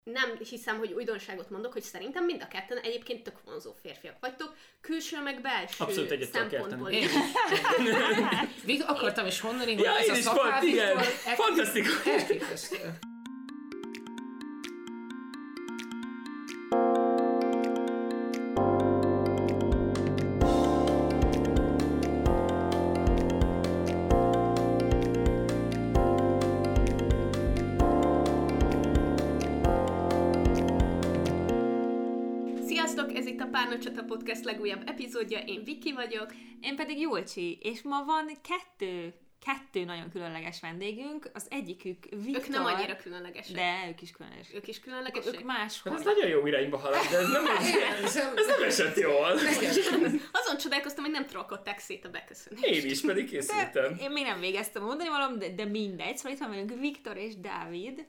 nem hiszem, hogy újdonságot mondok, hogy szerintem mind a ketten egyébként tök vonzó férfiak vagytok, külső meg belső abszolút szempontból is. Még akartam is mondani, hogy ja, ez a szakál, igen, fantasztikus. Elképesztő. Párnacsata Podcast legújabb epizódja, én Viki vagyok. Én pedig Julcsi, és ma van kettő nagyon különleges vendégünk, az egyikük Viktor. Ők nem annyira különlegesek. De ők is különlegesek. Ők is különlegesek? Ők máshol. Ez nagyon jó irányba halad, de ez nem esett jól. Azon csodálkoztam, hogy nem trollkodták szét a beköszönést. Én is, pedig készültem. Én még nem végeztem mondani valam, de mindegy. Szóval itt van velünk Viktor és Dávid.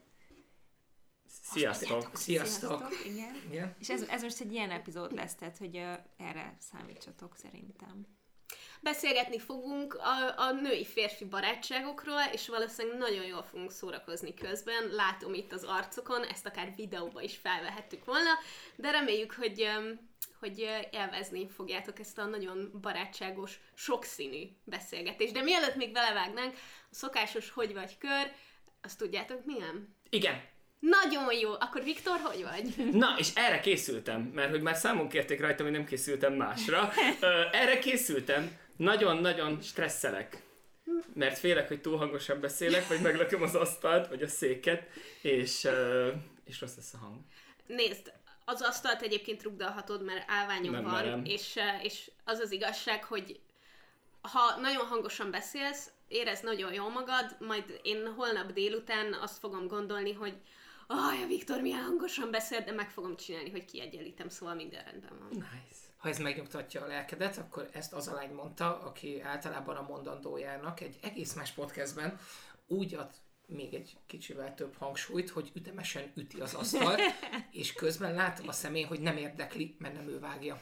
Sziasztok! Sziasztok! Igen. És ez most egy ilyen epizód lesz, tehát hogy erre számítsatok szerintem. Beszélgetni fogunk a női-férfi barátságokról, és valószínűleg nagyon jól fogunk szórakozni közben. Látom itt az arcokon, ezt akár videóba is felvehettük volna, de reméljük, hogy élvezni fogjátok ezt a nagyon barátságos, sokszínű beszélgetést. De mielőtt még belevágnánk, a szokásos hogy vagy kör, azt tudjátok milyen? Igen. Nagyon jó! Akkor Viktor, hogy vagy? Na, és erre készültem, mert hogy már számon kérték rajtam, hogy nem készültem másra. Erre készültem, nagyon-nagyon stresszelek. Mert félek, hogy túl hangosan beszélek, vagy meglököm az asztalt, vagy a széket, és rossz lesz a hang. Nézd, az asztalt egyébként rugdalhatod, mert állványom nem van, merem. És az az igazság, hogy ha nagyon hangosan beszélsz, érezd nagyon jól magad, majd én holnap délután azt fogom gondolni, hogy Viktor milyen hangosan beszél, de meg fogom csinálni, hogy kiegyenlítem, szóval minden rendben van. Nice. Ha ez megnyugtatja a lelkedet, akkor ezt az a lány mondta, aki általában a mondandójának egy egész más podcastben úgy ad még egy kicsivel több hangsúlyt, hogy ütemesen üti az asztalt, és közben látom a szemén, hogy nem érdekli, mert nem ő vágja.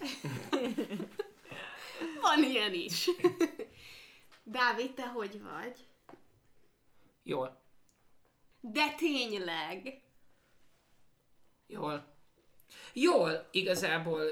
Van ilyen is. Dávid, te hogy vagy? Jól. De tényleg! Jól, igazából,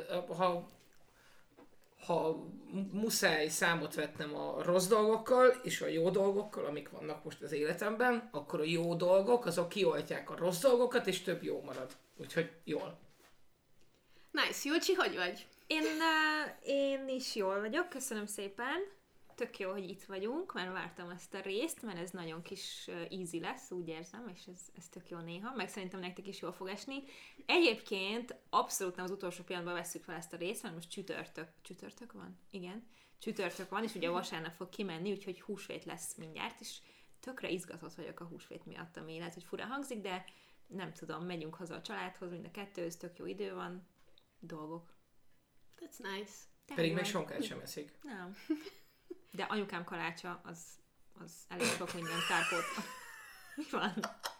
ha muszáj számot vetnem a rossz dolgokkal és a jó dolgokkal, amik vannak most az életemben, akkor a jó dolgok, azok kioltják a rossz dolgokat, és több jó marad. Úgyhogy jól. Nice. Julcsi, hogy vagy? Én is jól vagyok, köszönöm szépen. Tök jó, hogy itt vagyunk, mert vártam ezt a részt, mert ez nagyon kis easy lesz, úgy érzem, és ez tök jó néha, meg szerintem nektek is jól fog esni. Egyébként abszolút nem az utolsó pillanatban vesszük fel ezt a részt, mert most csütörtök van? Igen, csütörtök van, és ugye vasárnap fog kimenni, úgyhogy húsvét lesz mindjárt, és tökre izgatott vagyok a húsvét miatt, ami lehet, hogy fura hangzik, de nem tudom, megyünk haza a családhoz, mind a kettőhöz, tök jó idő van, dolgok. That's nice. Pedig még sonkát sem eszik. Nem. De anyukám kalácsa, az elég sok minden kárpót. Mi van?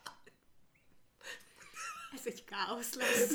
Ez egy káosz lesz.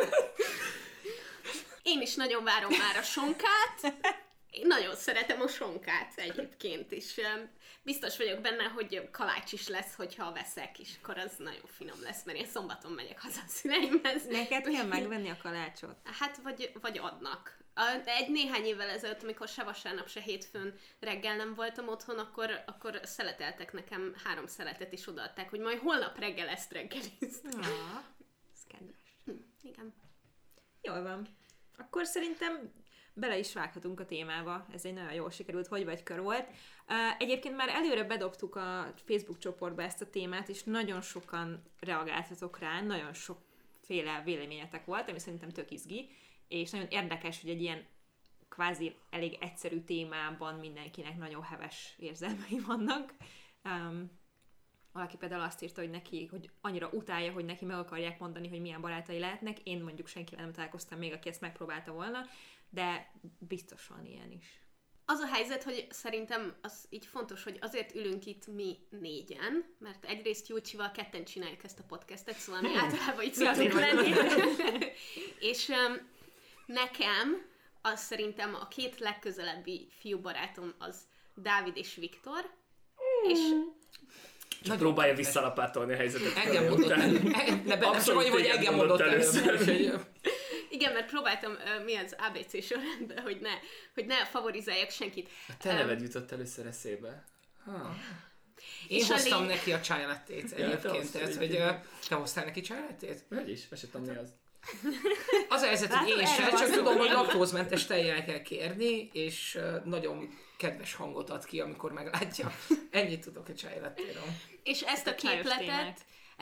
Én is nagyon várom már a sonkát. Én nagyon szeretem a sonkát egyébként, és biztos vagyok benne, hogy kalács is lesz, hogyha veszek, és akkor az nagyon finom lesz, mert én szombaton megyek haza a szüleimhez. Neked kell megvenni a kalácsot? Hát, vagy adnak. Néhány évvel ezelőtt, amikor se vasárnap, se hétfőn reggel nem voltam otthon, akkor szeleteltek nekem 3 szeletet, és odaadták, hogy majd holnap reggel ezt reggelizd. Ez kedves. Igen. Jól van. Akkor szerintem bele is vághatunk a témába. Ez egy nagyon jól sikerült hogy vagy kör volt. Egyébként már előre bedobtuk a Facebook csoportba ezt a témát, és nagyon sokan reagáltatok rá, nagyon sokféle véleményetek volt, ami szerintem tök izgi, és nagyon érdekes, hogy egy ilyen kvázi elég egyszerű témában mindenkinek nagyon heves érzelmei vannak. Valaki például azt írta, hogy annyira utálja, hogy neki meg akarják mondani, hogy milyen barátai lehetnek. Én mondjuk senkivel nem találkoztam még, aki ezt megpróbálta volna, de biztos van ilyen is. Az a helyzet, hogy szerintem az így fontos, hogy azért ülünk itt mi 4-en, mert egyrészt Julcsival 2-en csináljuk ezt a podcastet, szóval mi általában itt szoktunk lenni. És nekem az szerintem a 2 legközelebbi fiúbarátom az Dávid és Viktor, és Csak próbálja visszalapátolni a helyzetet. Engem mondott elő. Ne benne Sanyi, vagy engem mondott először. Igen, mert próbáltam mi az ABC sorrendben, hogy ne favorizáljak senkit. A te neved jutott először eszébe. Én hoztam neki a chai lattét egyébként, tehát hogy te hoztál neki chai lattét? Vagyis, azt sem tudom mi az. Az a helyzet, hogy én sem, csak tudom, hogy laktózmentes tejjel kell kérni, és nagyon kedves hangot ad ki, amikor meglátja. Ennyit tudok a chai lattéről. És ezt a képletet,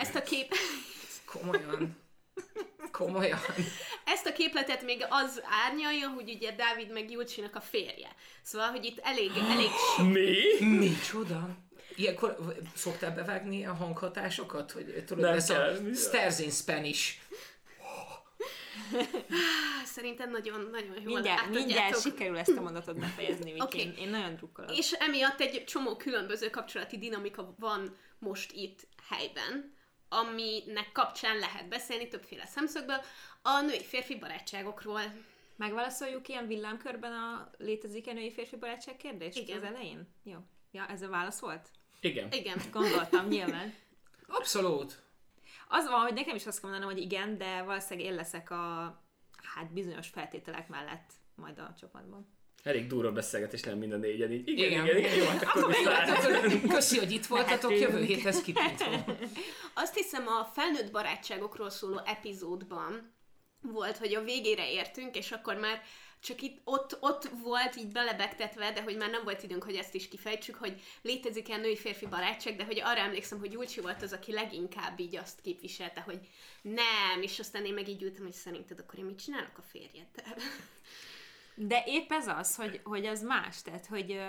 Komolyan. Ezt a képletet még az árnyalja, hogy ugye Dávid meg Julcsinak a férje. Szóval, hogy itt elég Mi? Micsoda? Ilyenkor szoktál bevágni a hanghatásokat? Hogy tudod, Nem ez kell, a stairs in Spanish. Szerintem nagyon jól átadjátok. Mindjárt sikerül ezt a mondatot befejezni, Viki. Okay. Én nagyon drukkolok. És emiatt egy csomó különböző kapcsolati dinamika van most itt helyben, aminek kapcsán lehet beszélni többféle szemszögből a női-férfi barátságokról. Megválaszoljuk ilyen villámkörben a létezik-e női-férfi barátság kérdést? Igen. Az elején? Jó. Ja, ez a válasz volt? Igen. Gondoltam, nyilván. Abszolút. Az van, hogy nekem is azt kell mondanom, hogy igen, de valószínűleg én leszek a bizonyos feltételek mellett majd a csapatban. Elég durva beszélgetés, nem mind a négyen így. Igen. Jó, hát akkor viszlát. Köszi, hogy itt voltatok, jövő héthez kipintva. Azt hiszem, a felnőtt barátságokról szóló epizódban volt, hogy a végére értünk, és akkor már csak itt ott volt így belebegtetve, de hogy már nem volt időnk, hogy ezt is kifejtsük, hogy létezik-e női-férfi barátság, de hogy arra emlékszem, hogy Julcsi volt az, aki leginkább így azt képviselte, hogy nem, és aztán én meg így ültem, hogy szerinted akkor én mit csinálok a férjeddel? De épp ez az, hogy az más, tehát hogy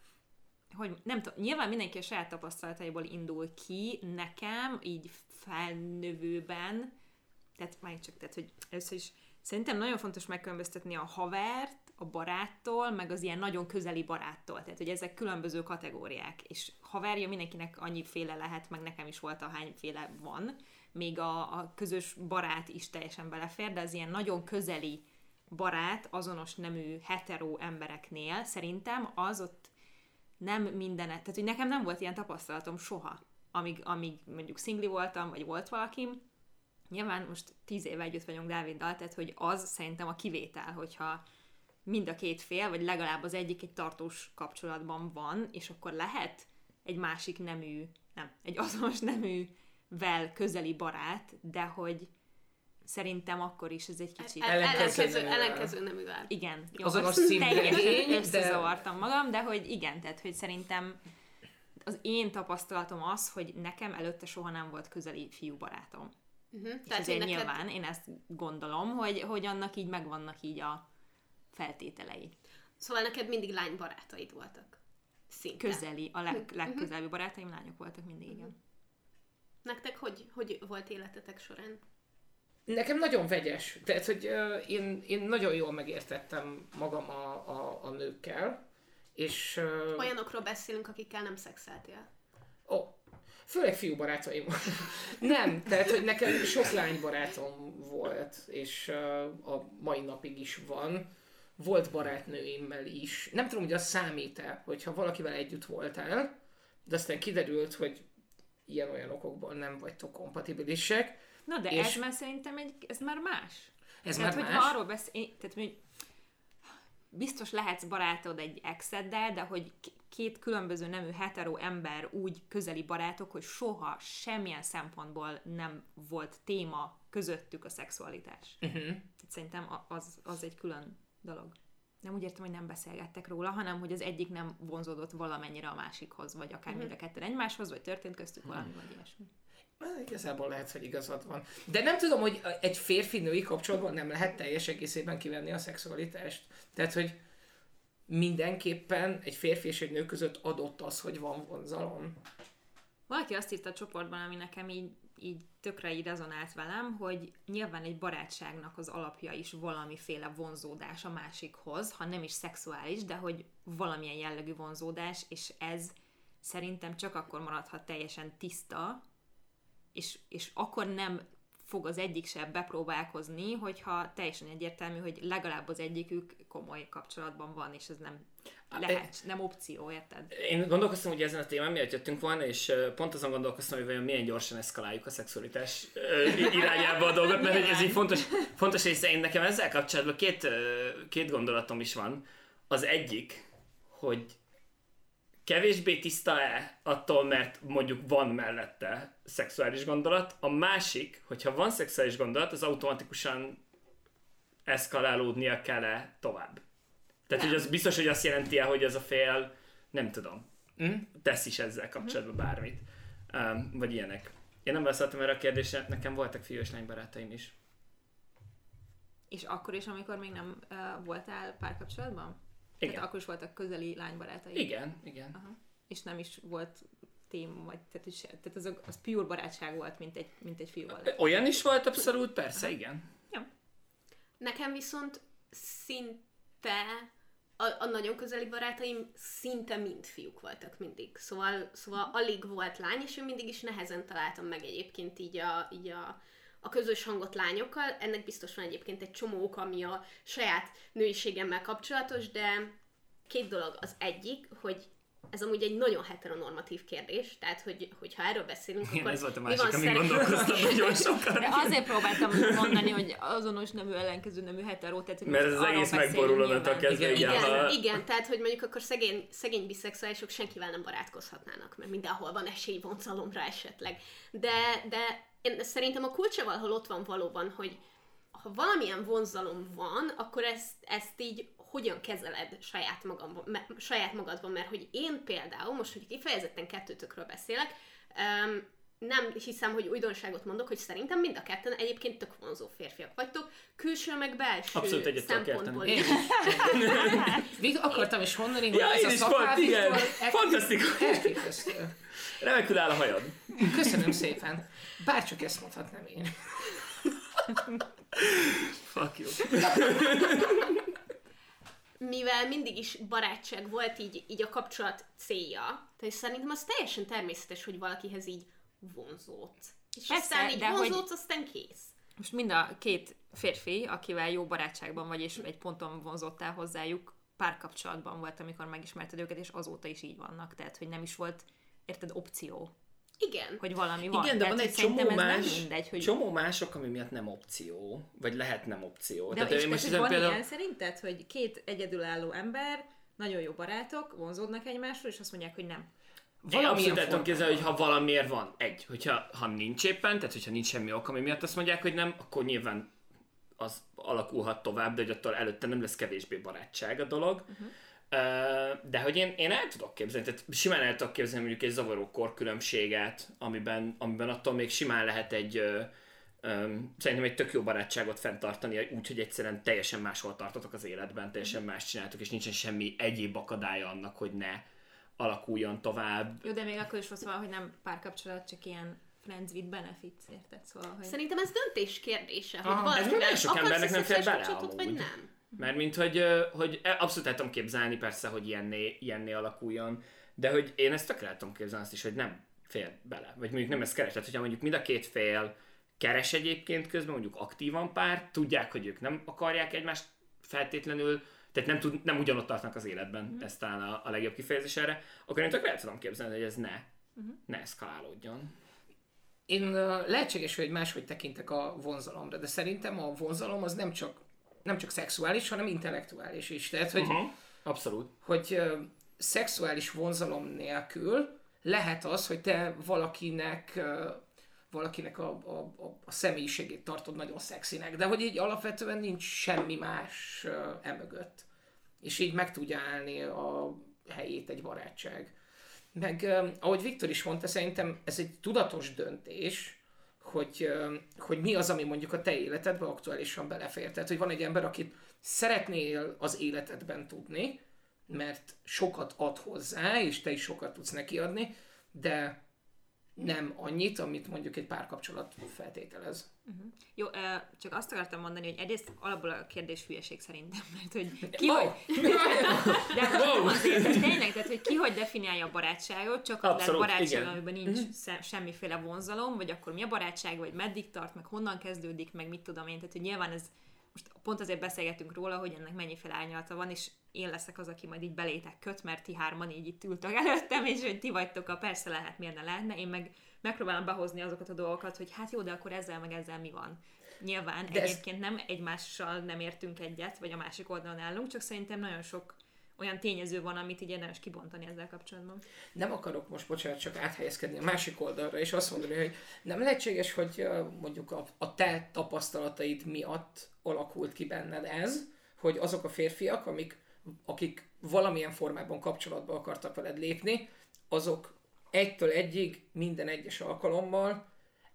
nem tudom, nyilván mindenki a saját tapasztalataiból indul ki, nekem így felnövőben, tehát hogy először is szerintem nagyon fontos megkülönböztetni a havert, a baráttól, meg az ilyen nagyon közeli baráttól. Tehát, hogy ezek különböző kategóriák. És haverja mindenkinek annyiféle lehet, meg nekem is volt, ahányféle van. Még a közös barát is teljesen belefér, de az ilyen nagyon közeli barát, azonos nemű hetero embereknél szerintem az ott nem mindenet. Tehát, hogy nekem nem volt ilyen tapasztalatom soha, amíg mondjuk szingli voltam, vagy volt valakim. Nyilván most 10 éve együtt vagyunk Dáviddal, tehát hogy az szerintem a kivétel, hogyha mind a két fél, vagy legalább az egyik egy tartós kapcsolatban van, és akkor lehet egy másik nemű, egy azonos neművel közeli barát, de hogy szerintem akkor is ez egy kicsit... Ellenkező neművel. Igen. Jó, azonos teljesen összezavartam magam, de hogy igen, tehát hogy szerintem az én tapasztalatom az, hogy nekem előtte soha nem volt közeli fiú barátom. És ezért nyilván én ezt gondolom, hogy annak így megvannak így a feltételei. Szóval neked mindig lány barátaid voltak? Szinte. Közeli, a legközelebbi barátaim lányok voltak mindig, igen. Nektek hogy volt életetek során? Nekem nagyon vegyes. Tehát, hogy én nagyon jól megértettem magam a nőkkel, és... Olyanokról beszélünk, akikkel nem szexeltél. Főleg fiú barátaim. Nem, tehát, hogy nekem sok lány barátom volt, és a mai napig is van. Volt barátnőimmel is. Nem tudom, hogy az számít-e, hogyha valakivel együtt voltál, de aztán kiderült, hogy ilyen-olyan okokból nem vagytok kompatibilisek. Na, de ez már szerintem ez már más. Ez tehát, már hogy más? Ha arról tehát biztos lehetsz barátod egy exeddel, de hogy két különböző nemű hetero ember úgy közeli barátok, hogy soha semmilyen szempontból nem volt téma közöttük a szexualitás. Szerintem az egy külön dolog. Nem úgy értem, hogy nem beszélgettek róla, hanem hogy az egyik nem vonzódott valamennyire a másikhoz, vagy akár mind a ketten egymáshoz, vagy történt köztük valami, vagy ilyesmi. Igazából lehet, hogy igazad van. De nem tudom, hogy egy férfi-női kapcsolatban nem lehet teljes egészében kivenni a szexualitást. Tehát, hogy mindenképpen egy férfi és egy nő között adott az, hogy van vonzalom. Valaki azt írta a csoportban, ami nekem így tökre így rezonált velem, hogy nyilván egy barátságnak az alapja is valamiféle vonzódás a másikhoz, ha nem is szexuális, de hogy valamilyen jellegű vonzódás, és ez szerintem csak akkor maradhat teljesen tiszta, és akkor nem fog az egyik se bepróbálkozni, hogyha teljesen egyértelmű, hogy legalább az egyikük komoly kapcsolatban van, és ez nem lehet, nem opció, érted? Én gondolkoztam, hogy ezen a témán miért jöttünk volna, és pont azon gondolkoztam, hogy vajon milyen gyorsan eszkaláljuk a szexualitás irányába a dolgot, mert hogy ez így fontos része. Én nekem ezzel kapcsolatban két gondolatom is van. Az egyik, hogy kevésbé tiszta-e attól, mert mondjuk van mellette szexuális gondolat. A másik, hogyha van szexuális gondolat, az automatikusan eszkalálódnia kell-e tovább. Tehát, hogy az biztos, hogy azt jelenti, hogy az a fél, nem tudom, tesz is ezzel kapcsolatban bármit. Vagy ilyenek. Én nem válaszoltam erre a kérdésre, nekem voltak fiú és lány barátaim is. És akkor is, amikor még nem voltál párkapcsolatban? Igen. Tehát akkor is voltak közeli lánybarátai? Igen. Aha. És nem is volt vagy tehát az pure barátság volt, mint egy fiúval. Olyan is volt abszolút, persze, igen. Ja. Nekem viszont szinte a nagyon közeli barátaim szinte mind fiúk voltak mindig. Szóval alig volt lány, és én mindig is nehezen találtam meg egyébként így a közös hangot lányokkal. Ennek biztos van egyébként egy csomó oka, ami a saját nőiségemmel kapcsolatos, de két dolog. Az egyik, hogy ez amúgy egy nagyon heteronormatív kérdés, tehát hogyha erről beszélünk, Igen, akkor ez volt a másik, amin gondolkoztam nagyon sokat. De azért próbáltam mondani, hogy azonos nemű, ellenkező nemű hetero, tehát hogy mert ez az egész megborul onnantól kezdve. Igen, tehát hogy mondjuk akkor szegény biszexuálisok senkivel nem barátkozhatnának, mert mindenhol van esély vonzalomra esetleg. De én szerintem a kulcsa valahol ott van valóban, hogy ha valamilyen vonzalom van, akkor ezt így hogyan kezeled saját magadban, mert hogy én például, most, hogy kifejezetten kettőtökről beszélek, nem hiszem, hogy újdonságot mondok, hogy szerintem mind a ketten egyébként tök vonzó férfiak vagytok, külső meg belső szempontból is. Még akartam is mondani, hogy ja, ez a szakát, igen, fantasztikus. Elképesztő. Remekül áll a hajad. Köszönöm szépen. Bárcsak ezt mondhatnám én. Fuck you. Mivel mindig is barátság volt így a kapcsolat célja, tehát szerintem az teljesen természetes, hogy valakihez így vonzódsz. És persze, aztán így vonzódsz, aztán kész. Most mind a két férfi, akivel jó barátságban vagy, és egy ponton vonzottál hozzájuk, párkapcsolatban volt, amikor megismerted őket, és azóta is így vannak. Tehát, hogy nem is volt, érted, opció. Igen. Hogy valami van. Igen, de tehát, van egy mindegy, csomó mások, ami miatt nem opció, vagy lehet nem opció. De tehát és most van például... ilyen szerinted, hogy két egyedülálló ember, nagyon jó barátok, vonzódnak egymásról, és azt mondják, hogy nem. Én abszolút tudom képzelni, hogy ha valamiért van. Ha nincs éppen, tehát hogyha nincs semmi ok, ami miatt azt mondják, hogy nem, akkor nyilván az alakulhat tovább, de hogy attól előtte nem lesz kevésbé barátság a dolog. De hogy én el tudok képzelni, tehát simán el tudok képzelni mondjuk egy zavaró korkülönbséget, amiben attól még simán lehet szerintem egy tök jó barátságot fenntartani, úgy, hogy egyszerűen teljesen máshol tartotok az életben, teljesen más csináltok, és nincsen semmi egyéb akadálya annak, hogy ne alakuljon tovább. Jó, de még akkor is van, hogy nem párkapcsolat, csak ilyen friends with benefits, érted? Szóval, hogy... Szerintem ez döntés kérdése, hogy valakivel sok embernek nem fér bele amúgy. Vagy nem. Mert mint hogy abszolút el tudom képzelni persze, hogy ilyenné alakuljon, de hogy én ezt tökre el tudom képzelni azt is, hogy nem fér bele. Vagy mondjuk nem ezt keres. Tehát, hogyha mondjuk mind a két fél keres egyébként közben, mondjuk aktívan párt, tudják, hogy ők nem akarják egymást feltétlenül, tehát nem ugyanott tartnak az életben, ez talán a legjobb kifejezés erre, akkor én tökre el tudom képzelni, hogy ez ne eszkalálódjon. Én lehetséges, hogy máshogy tekintek a vonzalomra, de szerintem a vonzalom az nem csak szexuális, hanem intellektuális is. Tehát, hogy, abszolút. Hogy szexuális vonzalom nélkül lehet az, hogy te valakinek a személyiségét tartod nagyon szexinek, de hogy így alapvetően nincs semmi más emögött. És így meg tudja állni a helyét egy barátság. Meg, ahogy Viktor is mondta, szerintem ez egy tudatos döntés, hogy mi az, ami mondjuk a te életedbe aktuálisan belefér. Tehát, hogy van egy ember, akit szeretnél az életedben tudni, mert sokat ad hozzá, és te is sokat tudsz neki adni, de nem annyit, amit mondjuk egy párkapcsolat feltételez. Jó, csak azt akartam mondani, hogy egyrészt alapból a kérdés hülyeség szerintem, mert hogy ki azért, de tényleg, tehát hogy ki hogy definiálja a barátságot, csak az lehet barátság, amiben nincs semmiféle vonzalom, vagy akkor mi a barátság, vagy meddig tart, meg honnan kezdődik, meg mit tudom én, tehát hogy nyilván ez, most pont azért beszélgetünk róla, hogy ennek mennyiféle árnyalata van, és én leszek az, aki majd így belétek köt, mert ti hárman így itt ültök előttem, és hogy ti vagytok a persze lehet, miért ne lehetne, én meg megpróbálom behozni azokat a dolgokat, hogy hát jó, de akkor ezzel meg ezzel mi van. Nyilván de egyébként nem egymással nem értünk egyet, vagy a másik oldalon állunk, csak szerintem nagyon sok olyan tényező van, amit így érdemes kibontani ezzel kapcsolatban. Nem akarok most, bocsánat, csak áthelyezkedni a másik oldalra, és azt mondani, hogy nem lehetséges, hogy mondjuk a te tapasztalataid miatt alakult ki benned ez, hogy azok a férfiak, akik valamilyen formában kapcsolatba akartak veled lépni, azok egytől egyig minden egyes alkalommal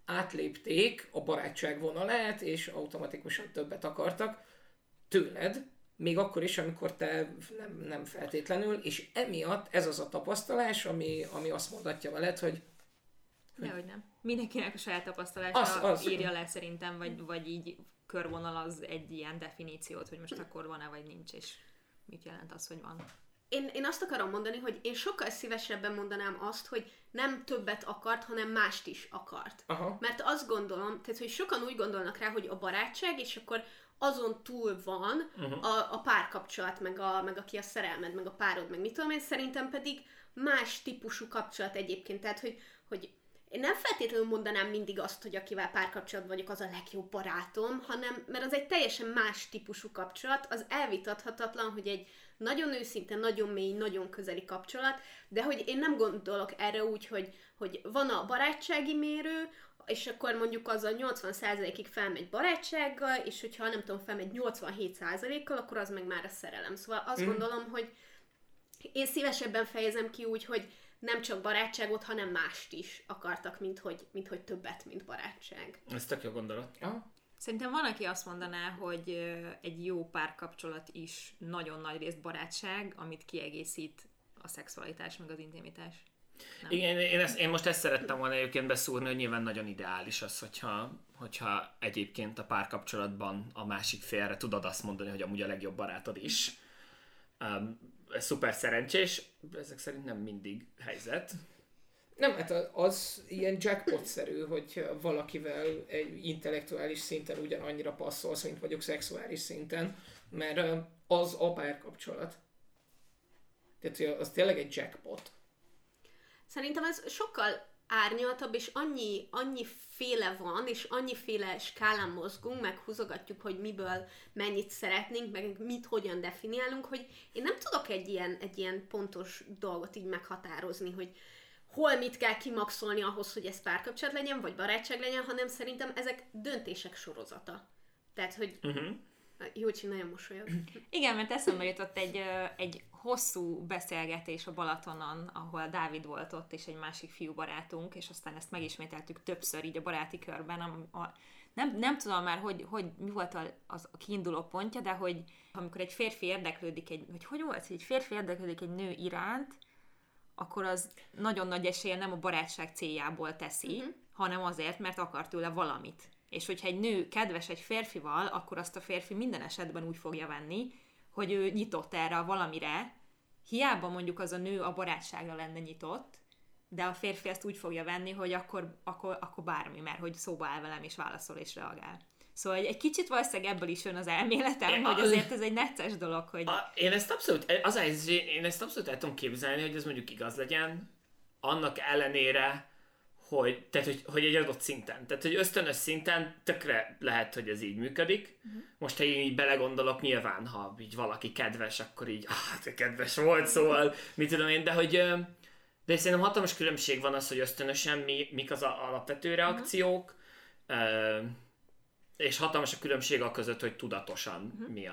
átlépték a barátság vonalát, és automatikusan többet akartak tőled, még akkor is, amikor te nem feltétlenül, és emiatt ez az a tapasztalás, ami azt mondatja veled, hogy dehogy nem. Mindenkinek a saját tapasztalása az írja le szerintem, vagy így körvonalaz egy ilyen definíciót, hogy most akkor van-e, vagy nincs, és mit jelent az, hogy van. Én azt akarom mondani, hogy én sokkal szívesebben mondanám azt, hogy nem többet akart, hanem mást is akart. Aha. Mert azt gondolom, tehát hogy sokan úgy gondolnak rá, hogy a barátság, és akkor azon túl van a párkapcsolat, meg aki a szerelmed, meg a párod, meg mit tudom én, szerintem pedig más típusú kapcsolat egyébként. Tehát, hogy én nem feltétlenül mondanám mindig azt, hogy akivel párkapcsolat vagyok, az a legjobb barátom, hanem, mert az egy teljesen más típusú kapcsolat, az elvitathatatlan, hogy egy nagyon őszinte, nagyon mély, nagyon közeli kapcsolat, de hogy én nem gondolok erre úgy, hogy van a barátsági mérő, és akkor mondjuk az a 80%-ig felmegy barátsággal, és hogyha nem tudom, felmegy 87%-kal, akkor az meg már a szerelem. Szóval azt gondolom, hogy én szívesebben fejezem ki úgy, hogy nem csak barátságot, hanem mást is akartak, mint hogy többet, mint barátság. Ez tök jó gondolat. Szerintem van, aki azt mondaná, hogy egy jó párkapcsolat is nagyon nagy részt barátság, amit kiegészít a szexualitás meg az intimitás. Nem? Igen, én most ezt szerettem volna egyébként beszúrni, hogy nyilván nagyon ideális az, hogyha egyébként a párkapcsolatban a másik félre tudod azt mondani, hogy amúgy a legjobb barátod is. Ez szuper szerencsés, ezek szerint nem mindig helyzet. Nem, hát az ilyen jackpot-szerű, hogy valakivel egy intellektuális szinten ugyanannyira passzolsz, mint vagyok szexuális szinten, mert az a párkapcsolat. Tehát az tényleg egy jackpot. Szerintem ez sokkal árnyaltabb, és annyi féle van, és annyiféle skálán mozgunk, meg húzogatjuk, hogy miből mennyit szeretnénk, meg mit hogyan definiálunk, hogy én nem tudok egy ilyen pontos dolgot így meghatározni, hogy hol mit kell kimaxolni ahhoz, hogy ez párkapcsolat legyen, vagy barátság legyen, hanem szerintem ezek döntések sorozata. Tehát, hogy Jócsi nagyon mosolyog. Igen, mert eszembe jutott egy hosszú beszélgetés a Balatonon, ahol Dávid volt ott, és egy másik fiú barátunk, és aztán ezt megismételtük többször így a baráti körben. Nem tudom már, hogy mi volt a kiinduló pontja, de hogy amikor egy férfi érdeklődik, hogy volt, hogy egy férfi érdeklődik egy nő iránt, akkor az nagyon nagy eséllyel nem a barátság céljából teszi, hanem azért, mert akar tőle valamit. És hogyha egy nő kedves egy férfival, akkor azt a férfi minden esetben úgy fogja venni, hogy ő nyitott erre a valamire, hiába mondjuk az a nő a barátságra lenne nyitott, de a férfi ezt úgy fogja venni, hogy akkor bármi, mert hogy szóba áll velem és válaszol és reagál. Szóval egy kicsit valószínűleg ebből is jön az elméletem, hogy azért ez egy necces dolog, hogy... Én ezt abszolút el tudom képzelni, hogy ez mondjuk igaz legyen, annak ellenére, hogy egy adott szinten. Tehát, hogy ösztönös szinten tökre lehet, hogy ez így működik. Most, ha én így belegondolok, nyilván, ha így valaki kedves, akkor így, kedves volt, szóval, mit tudom én, de szerintem hatalmas különbség van az, hogy ösztönösen mik az alapvető reakciók, és hatalmas a különbség a között, hogy tudatosan mi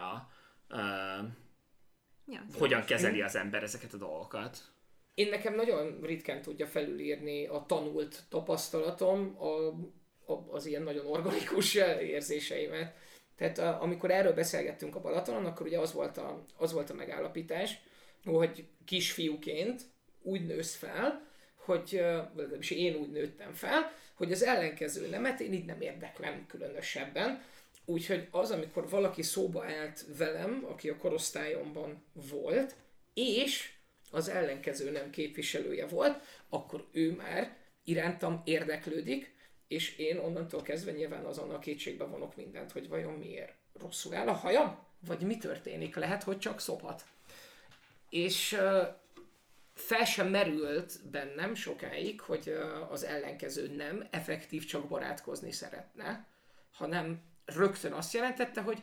hogyan kezeli az ember ezeket a dolgokat. Én nekem nagyon ritkán tudja felülírni a tanult tapasztalatom az ilyen nagyon organikus érzéseimet. Tehát amikor erről beszélgettünk a Balatonon, akkor ugye az volt a megállapítás, hogy kisfiúként úgy nősz fel, hogy legalábbis én úgy nőttem fel, hogy az ellenkező nemet én így nem érdeklem különösebben. Úgyhogy az, amikor valaki szóba állt velem, aki a korosztályomban volt, és az ellenkező nem képviselője volt, akkor ő már irántam érdeklődik, és én onnantól kezdve nyilván azonnal kétségbe vonok mindent, hogy vajon miért rosszul áll a hajam, vagy mi történik, lehet, hogy csak szophat. És fel sem merült bennem sokáig, hogy az ellenkező nem effektív csak barátkozni szeretne, hanem rögtön azt jelentette, hogy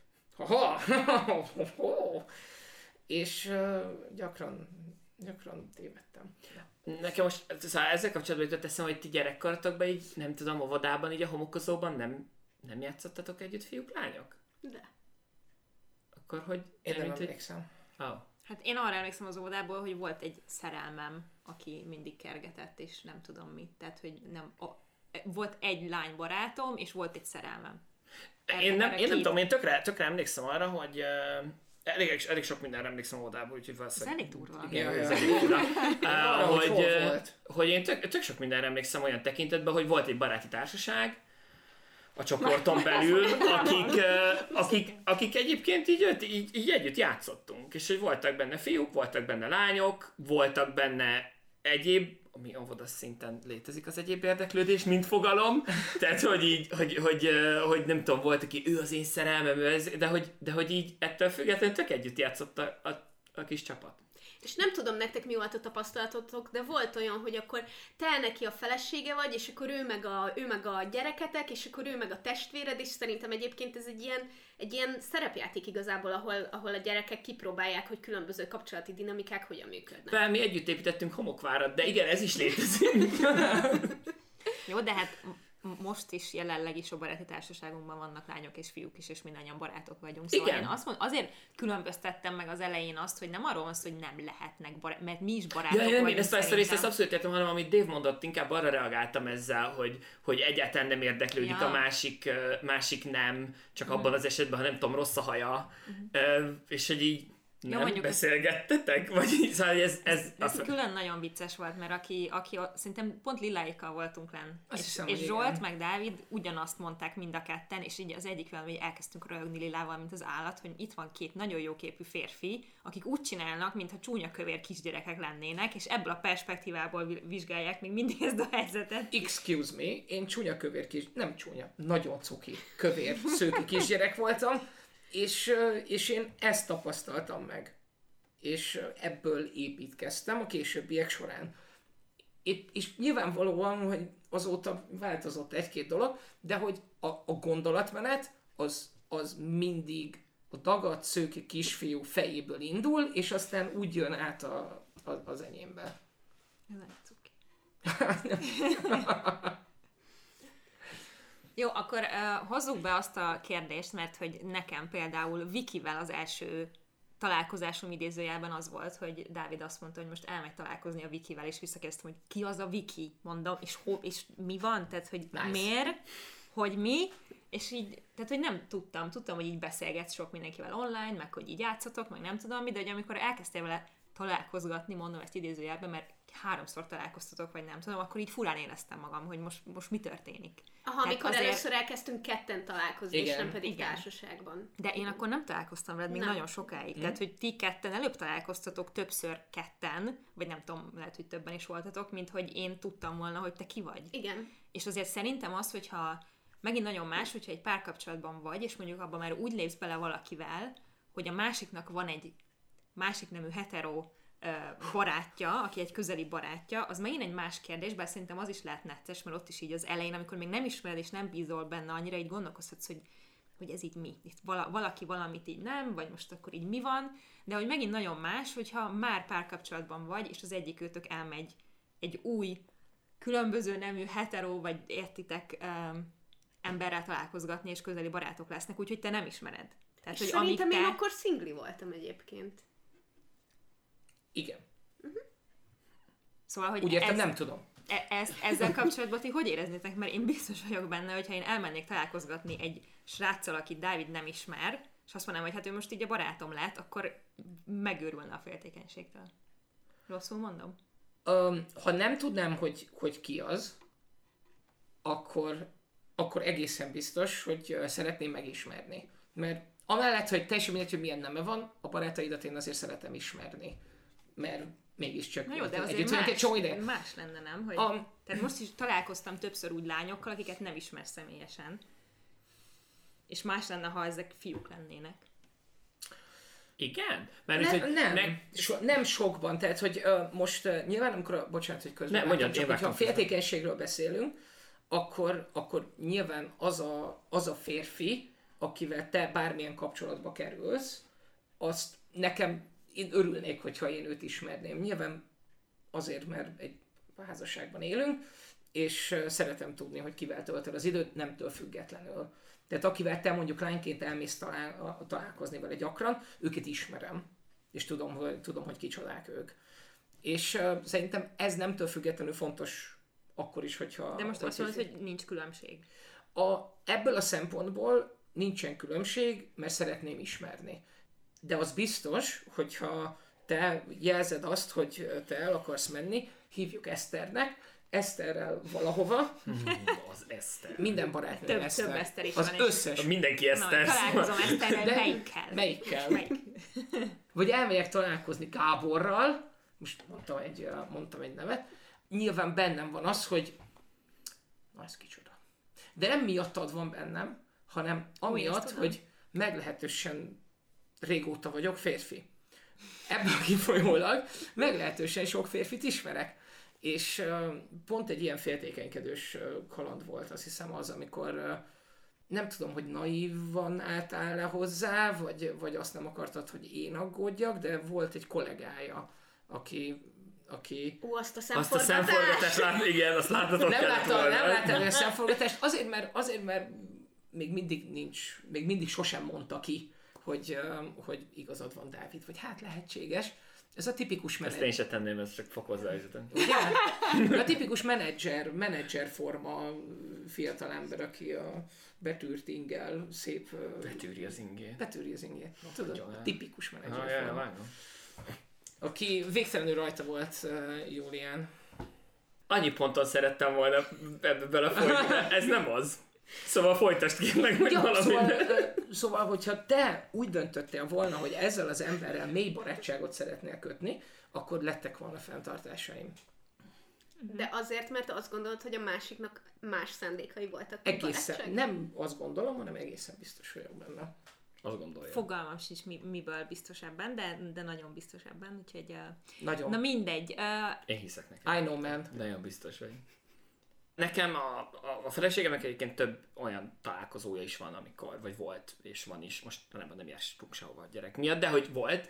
és gyakran tévedtem. Nekem most szóval ezzel kapcsolatban jutott eszembe, hogy ti gyerekkorotokban így, nem tudom, óvodában, így a homokozóban nem játszottatok együtt fiúk, lányok? De. Akkor hogy... Én nem emlékszem. Oh. Hát én arra emlékszem az óvodából, hogy volt egy szerelmem, aki mindig kergetett, és nem tudom mit. Tehát, hogy volt egy lánybarátom, és volt egy szerelmem. Én nem tudom, én tökre emlékszem arra, hogy elég sok mindenre emlékszem óvodából, úgyhogy valószínűleg... Ez elég durva. Igen, ez elég durva. Hogy én tök sok mindenre emlékszem olyan tekintetben, hogy volt egy baráti társaság a csoporton belül, akik egyébként így együtt játszottunk. És hogy voltak benne fiúk, voltak benne lányok, voltak benne egyéb, ami óvoda szinten létezik az egyéb érdeklődés, mint fogalom. Tehát, hogy nem tudom, volt, aki ő az én szerelmem, de hogy így ettől függetlenül tök együtt játszott a kis csapat. És nem tudom nektek mi volt a tapasztalatotok, de volt olyan, hogy akkor te neki a felesége vagy, és akkor ő meg a gyereketek, és akkor ő meg a testvéred, és szerintem egyébként ez egy ilyen szerepjáték igazából, ahol a gyerekek kipróbálják, hogy különböző kapcsolati dinamikák hogyan működnek. Mi együtt építettünk homokvárat, de igen, ez is létezik. Jó, de hát most is jelenleg is a baráti társaságunkban vannak lányok és fiúk is, és mindannyian barátok vagyunk. Szóval igen. Én azért különböztettem meg az elején azt, hogy nem arról van szó, hogy nem lehetnek mert mi is barátok vagyunk. Én ezt a részt abszolút értem, hanem amit Dave mondott, inkább arra reagáltam ezzel, hogy egyáltalán nem érdeklődik a másik nem, csak abban az esetben, ha nem tudom, rossz a haja, és hogy így nem beszélgettetek? Vagy szóval ez külön nagyon vicces volt, mert aki szerintem pont Liláikkal voltunk lenn. És Zsolt meg Dávid ugyanazt mondták mind a ketten, és így az egyik velem, hogy elkezdtünk röhögni Lilával, mint az állat, hogy itt van két nagyon jó képű férfi, akik úgy csinálnak, mintha csúnya kövér kisgyerekek lennének, és ebből a perspektívából vizsgálják még mindig ezt a helyzetet. Excuse me, én csúnya kövér nem csúnya, nagyon cuki kövér szőki kisgyerek voltam, és én ezt tapasztaltam meg. És ebből építkeztem a későbbiek során. És nyilvánvalóan, hogy azóta változott egy-két dolog, de hogy a gondolatmenet az mindig a dagadt szőke kisfiú fejéből indul, és aztán úgy jön át az enyémbe. Ez egy cuki. Jó, akkor hozzuk be azt a kérdést, mert hogy nekem például Vikivel az első találkozásom idézőjelben az volt, hogy Dávid azt mondta, hogy most elmegy találkozni a Vikivel, és visszakérdeztem, hogy ki az a Viki, mondom, és mi van, tehát hogy nice. Miért, hogy mi, és így, tehát hogy nem tudtam, hogy így beszélgetsz sok mindenkivel online, meg hogy így játszatok, meg nem tudom mi, de hogy amikor elkezdtél vele találkozgatni, mondom ezt idézőjelben, mert 3-szor találkoztatok, vagy nem tudom, akkor így furán éreztem magam, hogy most mi történik. Aha, amikor először elkezdtünk ketten találkozni, igen, és nem pedig igen. Társaságban. De én akkor nem találkoztam veled még nagyon sokáig. Tehát, hogy ti ketten előbb találkoztatok többször ketten, vagy nem tudom, lehet, hogy többen is voltatok, mint hogy én tudtam volna, hogy te ki vagy. Igen. És azért szerintem az, hogyha megint nagyon más, hogyha egy párkapcsolatban vagy, és mondjuk abban már úgy lépsz bele valakivel, hogy a másiknak van egy másik nemű hetero barátja, aki egy közeli barátja, az megint egy más kérdés, bár szerintem az is lehet necces, mert ott is így az elején, amikor még nem ismered és nem bízol benne annyira, így gondolkozhatsz, hogy ez így mi. Itt valaki valamit így nem, vagy most akkor így mi van, de hogy megint nagyon más, hogyha már párkapcsolatban vagy, és az egyik őtök elmegy egy új, különböző nemű hetero, vagy értitek emberrel találkozgatni, és közeli barátok lesznek, úgyhogy te nem ismered. Tehát, és hogy szerintem én akkor szingli voltam egyébként. Igen. Szóval, hogy úgy értem, nem tudom. Ezzel kapcsolatban ti hogy éreznétek? Mert én biztos vagyok benne, hogyha én elmennék találkozgatni egy sráccal, akit Dávid nem ismer, és azt mondanám, hogy hát ő most így a barátom lett, akkor megőrülne a féltékenységtől. Rosszul mondom? Ha nem tudnám, hogy ki az, akkor egészen biztos, hogy szeretném megismerni. Mert amellett, hogy teljesen mindegy, hogy milyen neme van, a barátaidat én azért szeretem ismerni. Mert mégiscsak Na jó, de azért együtt vagyunk egy csomó ideje. más lenne, nem? Hogy, tehát most is találkoztam többször úgy lányokkal, akiket nem ismer személyesen. És más lenne, ha ezek fiúk lennének. Igen? Mert nem sokban, tehát hogy most nyilván amikor, bocsánat, hogy közben hogyha féltékenységről beszélünk, akkor nyilván az a férfi, akivel te bármilyen kapcsolatba kerülsz, azt nekem, én örülnék, hogyha én őt ismerném. Nyilván azért, mert egy házasságban élünk, és szeretem tudni, hogy kivel töltöd az időt, nemtől függetlenül. Tehát akivel te mondjuk lányként elmész találkozni vele gyakran, őket ismerem, és tudom, hogy kicsodák ők. És szerintem ez nemtől függetlenül fontos akkor is, hogyha... De most azt mondod, hogy nincs különbség. Ebből a szempontból nincsen különbség, mert szeretném ismerni. De az biztos, hogyha te jelzed azt, hogy te el akarsz menni, hívjuk Eszterrel valahova. Az Eszter. Minden barátnő Eszter. Több Eszter is az van. összes. Mindenki Eszter. Találkozom Eszterrel, melyikkel? Vagy elmegyek találkozni Gáborral, most mondtam egy nevet, nyilván bennem van az, hogy na ez kicsoda. De nem miattad van bennem, hanem amiatt, hogy meglehetősen régóta vagyok férfi. Ebből kifolyólag meglehetősen sok férfit ismerek. És pont egy ilyen féltékenykedős kaland volt, azt hiszem az, amikor nem tudom, hogy naívan álltál le hozzá, vagy azt nem akartad, hogy én aggódjak, de volt egy kollégája, aki... Azt a szemforgatást! Igen, azt láttatok Nem láttam a szemforgatást, azért, mert még mindig sosem mondta ki, hogy igazad van, Dávid, vagy hát lehetséges. Ez a tipikus menedzser. Ezt én sem tenném, ezt csak fokozza a helyzetet. A tipikus menedzser forma fiatalember, aki a betűrt ingel, szép... Betűri az ingét. Tudod, a tipikus menedzser forma. Aki végtelenül rajta volt Júlián. Annyi ponton szerettem volna ebbe belefolyni, ez nem az. Szóval folytasd kérlek meg valamit. Szóval, hogyha te úgy döntöttél volna, hogy ezzel az emberrel mély barátságot szeretnél kötni, akkor lettek volna fenntartásaim. De azért, mert azt gondolod, hogy a másiknak más szándékai voltak. Egészen, nem azt gondolom, hanem egészen biztos vagyok benne. Azt gondolja. Fogalmam sincs miből biztos ebben, de nagyon biztos ebben, úgyhogy... Nagyon. Na mindegy. Én hiszek neki. I know, man. Nagyon biztos vagy. Nekem a feleségemnek egyébként több olyan találkozója is van, amikor, vagy volt, és van is, most nem jártunk sehova a gyerek miatt, de hogy volt,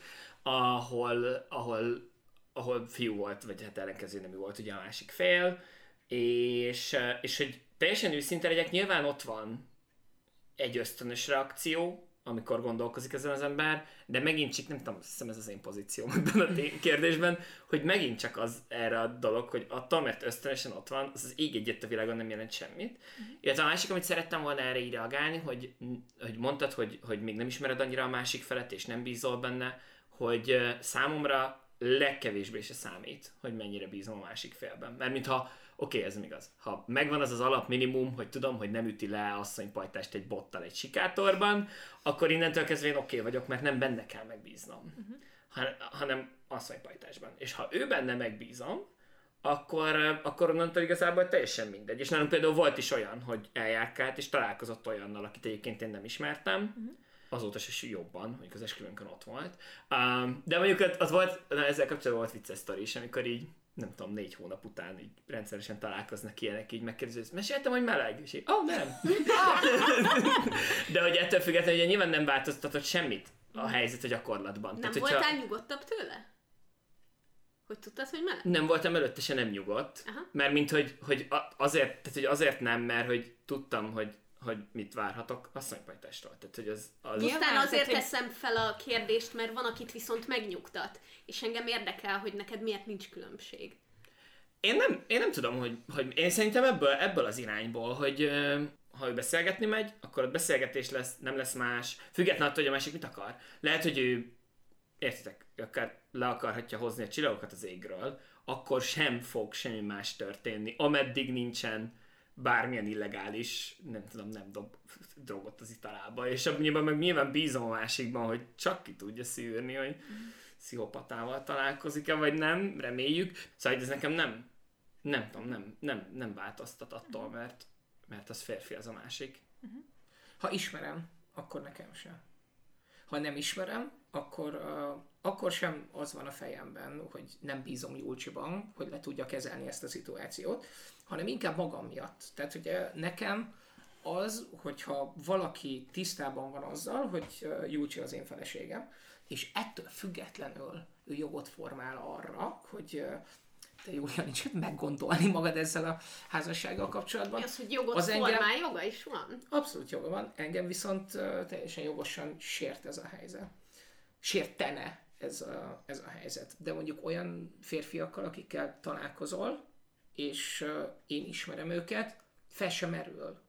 ahol fiú volt, vagy hát ellenkező nemű volt ugye a másik fél, és hogy teljesen őszinte legyek, nyilván ott van egy ösztönös reakció, amikor gondolkozik ezen az ember, de megint csak, nem tudom, azt hiszem ez az én pozícióm ebben a kérdésben, hogy megint csak az erre a dolog, hogy attól, mert ösztönösen ott van, az ég egyet a világon nem jelent semmit. Illetve a másik, amit szerettem volna erre így reagálni, hogy mondtad, hogy még nem ismered annyira a másik felet, és nem bízol benne, hogy számomra legkevésbé se számít, hogy mennyire bízom a másik félben. Mert mintha oké, ez nem igaz. Ha megvan az alap minimum, hogy tudom, hogy nem üti le asszonypajtást egy bottal egy sikátorban, akkor innentől kezdve én oké vagyok, mert nem benne kell megbíznom, hanem asszonypajtásban. És ha ő benne megbízom, akkor onnantól igazából teljesen mindegy. És nálunk például volt is olyan, hogy eljárkált, és találkozott olyannal, akit egyébként én nem ismertem, azóta se jobban, mondjuk az esküvőnkön ott volt. De mondjuk az volt, ezzel kapcsolatban volt vicces sztori is, amikor így nem tudom, 4 hónap után így rendszeresen találkoznak ilyenek, így megkérdezi, hogy meséltem, hogy meleg? És így, nem. De hogy ettől függetlenül, ugye nyilván nem változtatott semmit a helyzet a gyakorlatban. Nem voltál nyugodtabb tőle? Hogy tudtad, hogy meleg? Nem voltam előtte se nem nyugodt. Aha. Mert mint hogy azért nem, mert hogy tudtam, hogy mit várhatok asszonypajtástól. Tehát, hogy az... Pusztán azért teszem fel a kérdést, mert van, akit viszont megnyugtat, és engem érdekel, hogy neked miért nincs különbség. Én nem tudom, hogy én szerintem ebből az irányból, hogy ha ő beszélgetni megy, akkor ott beszélgetés lesz, nem lesz más, függetlenül attól, hogy a másik mit akar. Lehet, hogy ő értitek, akár le akarhatja hozni a csillagokat az égről, akkor sem fog semmi más történni, ameddig nincsen bármilyen illegális, nem tudom, nem dob drogot az italába, és abban meg nyilván bízom a másikban, hogy csak ki tudja szűrni, hogy pszichopatával találkozik-e, vagy nem, reméljük. Szóval ez nekem nem változtat attól, mert az férfi, az a másik. Ha ismerem, akkor nekem sem. Ha nem ismerem, akkor sem az van a fejemben, hogy nem bízom Julcsiban, hogy le tudja kezelni ezt a szituációt, hanem inkább magam miatt. Tehát ugye nekem az, hogyha valaki tisztában van azzal, hogy Julcsi az én feleségem, és ettől függetlenül ő jogot formál arra, hogy te Júlia, nincs meggondolni magad ezzel a házassággal kapcsolatban. Az, hogy jogot formál, joga is van? Abszolút joga van, engem viszont teljesen jogosan sért ez a helyzet. Sértene ez a helyzet. De mondjuk olyan férfiakkal, akikkel találkozol, és én ismerem őket, fel sem merül,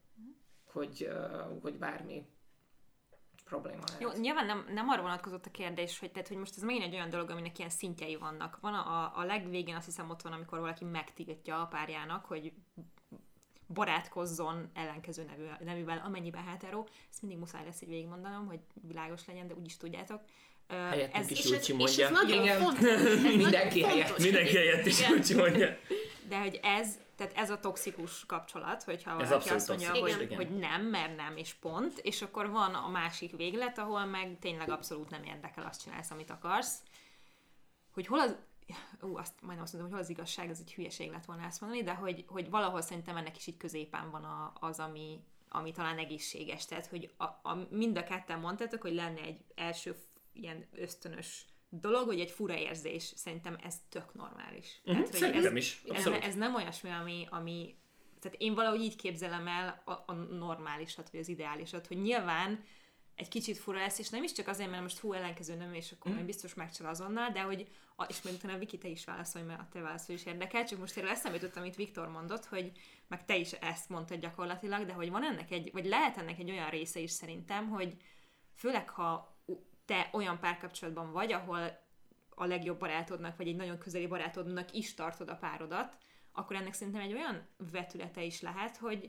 hogy bármi probléma lehet. Jó, nyilván nem arra vonatkozott a kérdés, hogy most ez megint egy olyan dolog, aminek ilyen szintjei vannak. Van a legvégén, azt hiszem ott van, amikor valaki megtiltja a párjának, hogy barátkozzon ellenkező nevűvel, amennyiben hetero. Ezt mindig muszáj lesz így végigmondanom, hogy világos legyen, de úgyis tudjátok. Helyettünk is Julcsi És mondja. ez nagyon fontos. Mindenki helyett. Mindenki helyett is Julcsi mondja. De hogy ez a toxikus kapcsolat, hogyha Ez valaki azt mondja, toxikus, hogy nem, mert nem, és pont, és akkor van a másik véglet, ahol meg tényleg abszolút nem érdekel, azt csinálsz, amit akarsz. Hogy hol az, azt majdnem azt mondom, hogy hol az igazság, ez egy hülyeség lett volna ezt mondani, de hogy valahol szerintem ennek is így középen van az, ami talán egészséges. Tehát, hogy mind a ketten mondtátok, hogy lenne egy első ilyen ösztönös dolog, hogy egy fura érzés. Szerintem ez tök normális. Tehát, szerintem is. Ez nem olyasmi, ami tehát én valahogy így képzelem el a normálisat, vagy az ideálisat, hogy nyilván egy kicsit fura lesz, és nem is csak azért, mert most ellenkező nem, és akkor majd biztos megcsal azonnal, de hogy, és még utána Viki, te is válaszolj, mert a te válaszol is érdekel, csak most erről eszembe jutott, amit Viktor mondott, hogy meg te is ezt mondtad gyakorlatilag, de hogy van ennek vagy lehet ennek egy olyan része is szerintem, hogy főleg ha te olyan párkapcsolatban vagy, ahol a legjobb barátodnak, vagy egy nagyon közeli barátodnak is tartod a párodat, akkor ennek szerintem egy olyan vetülete is lehet, hogy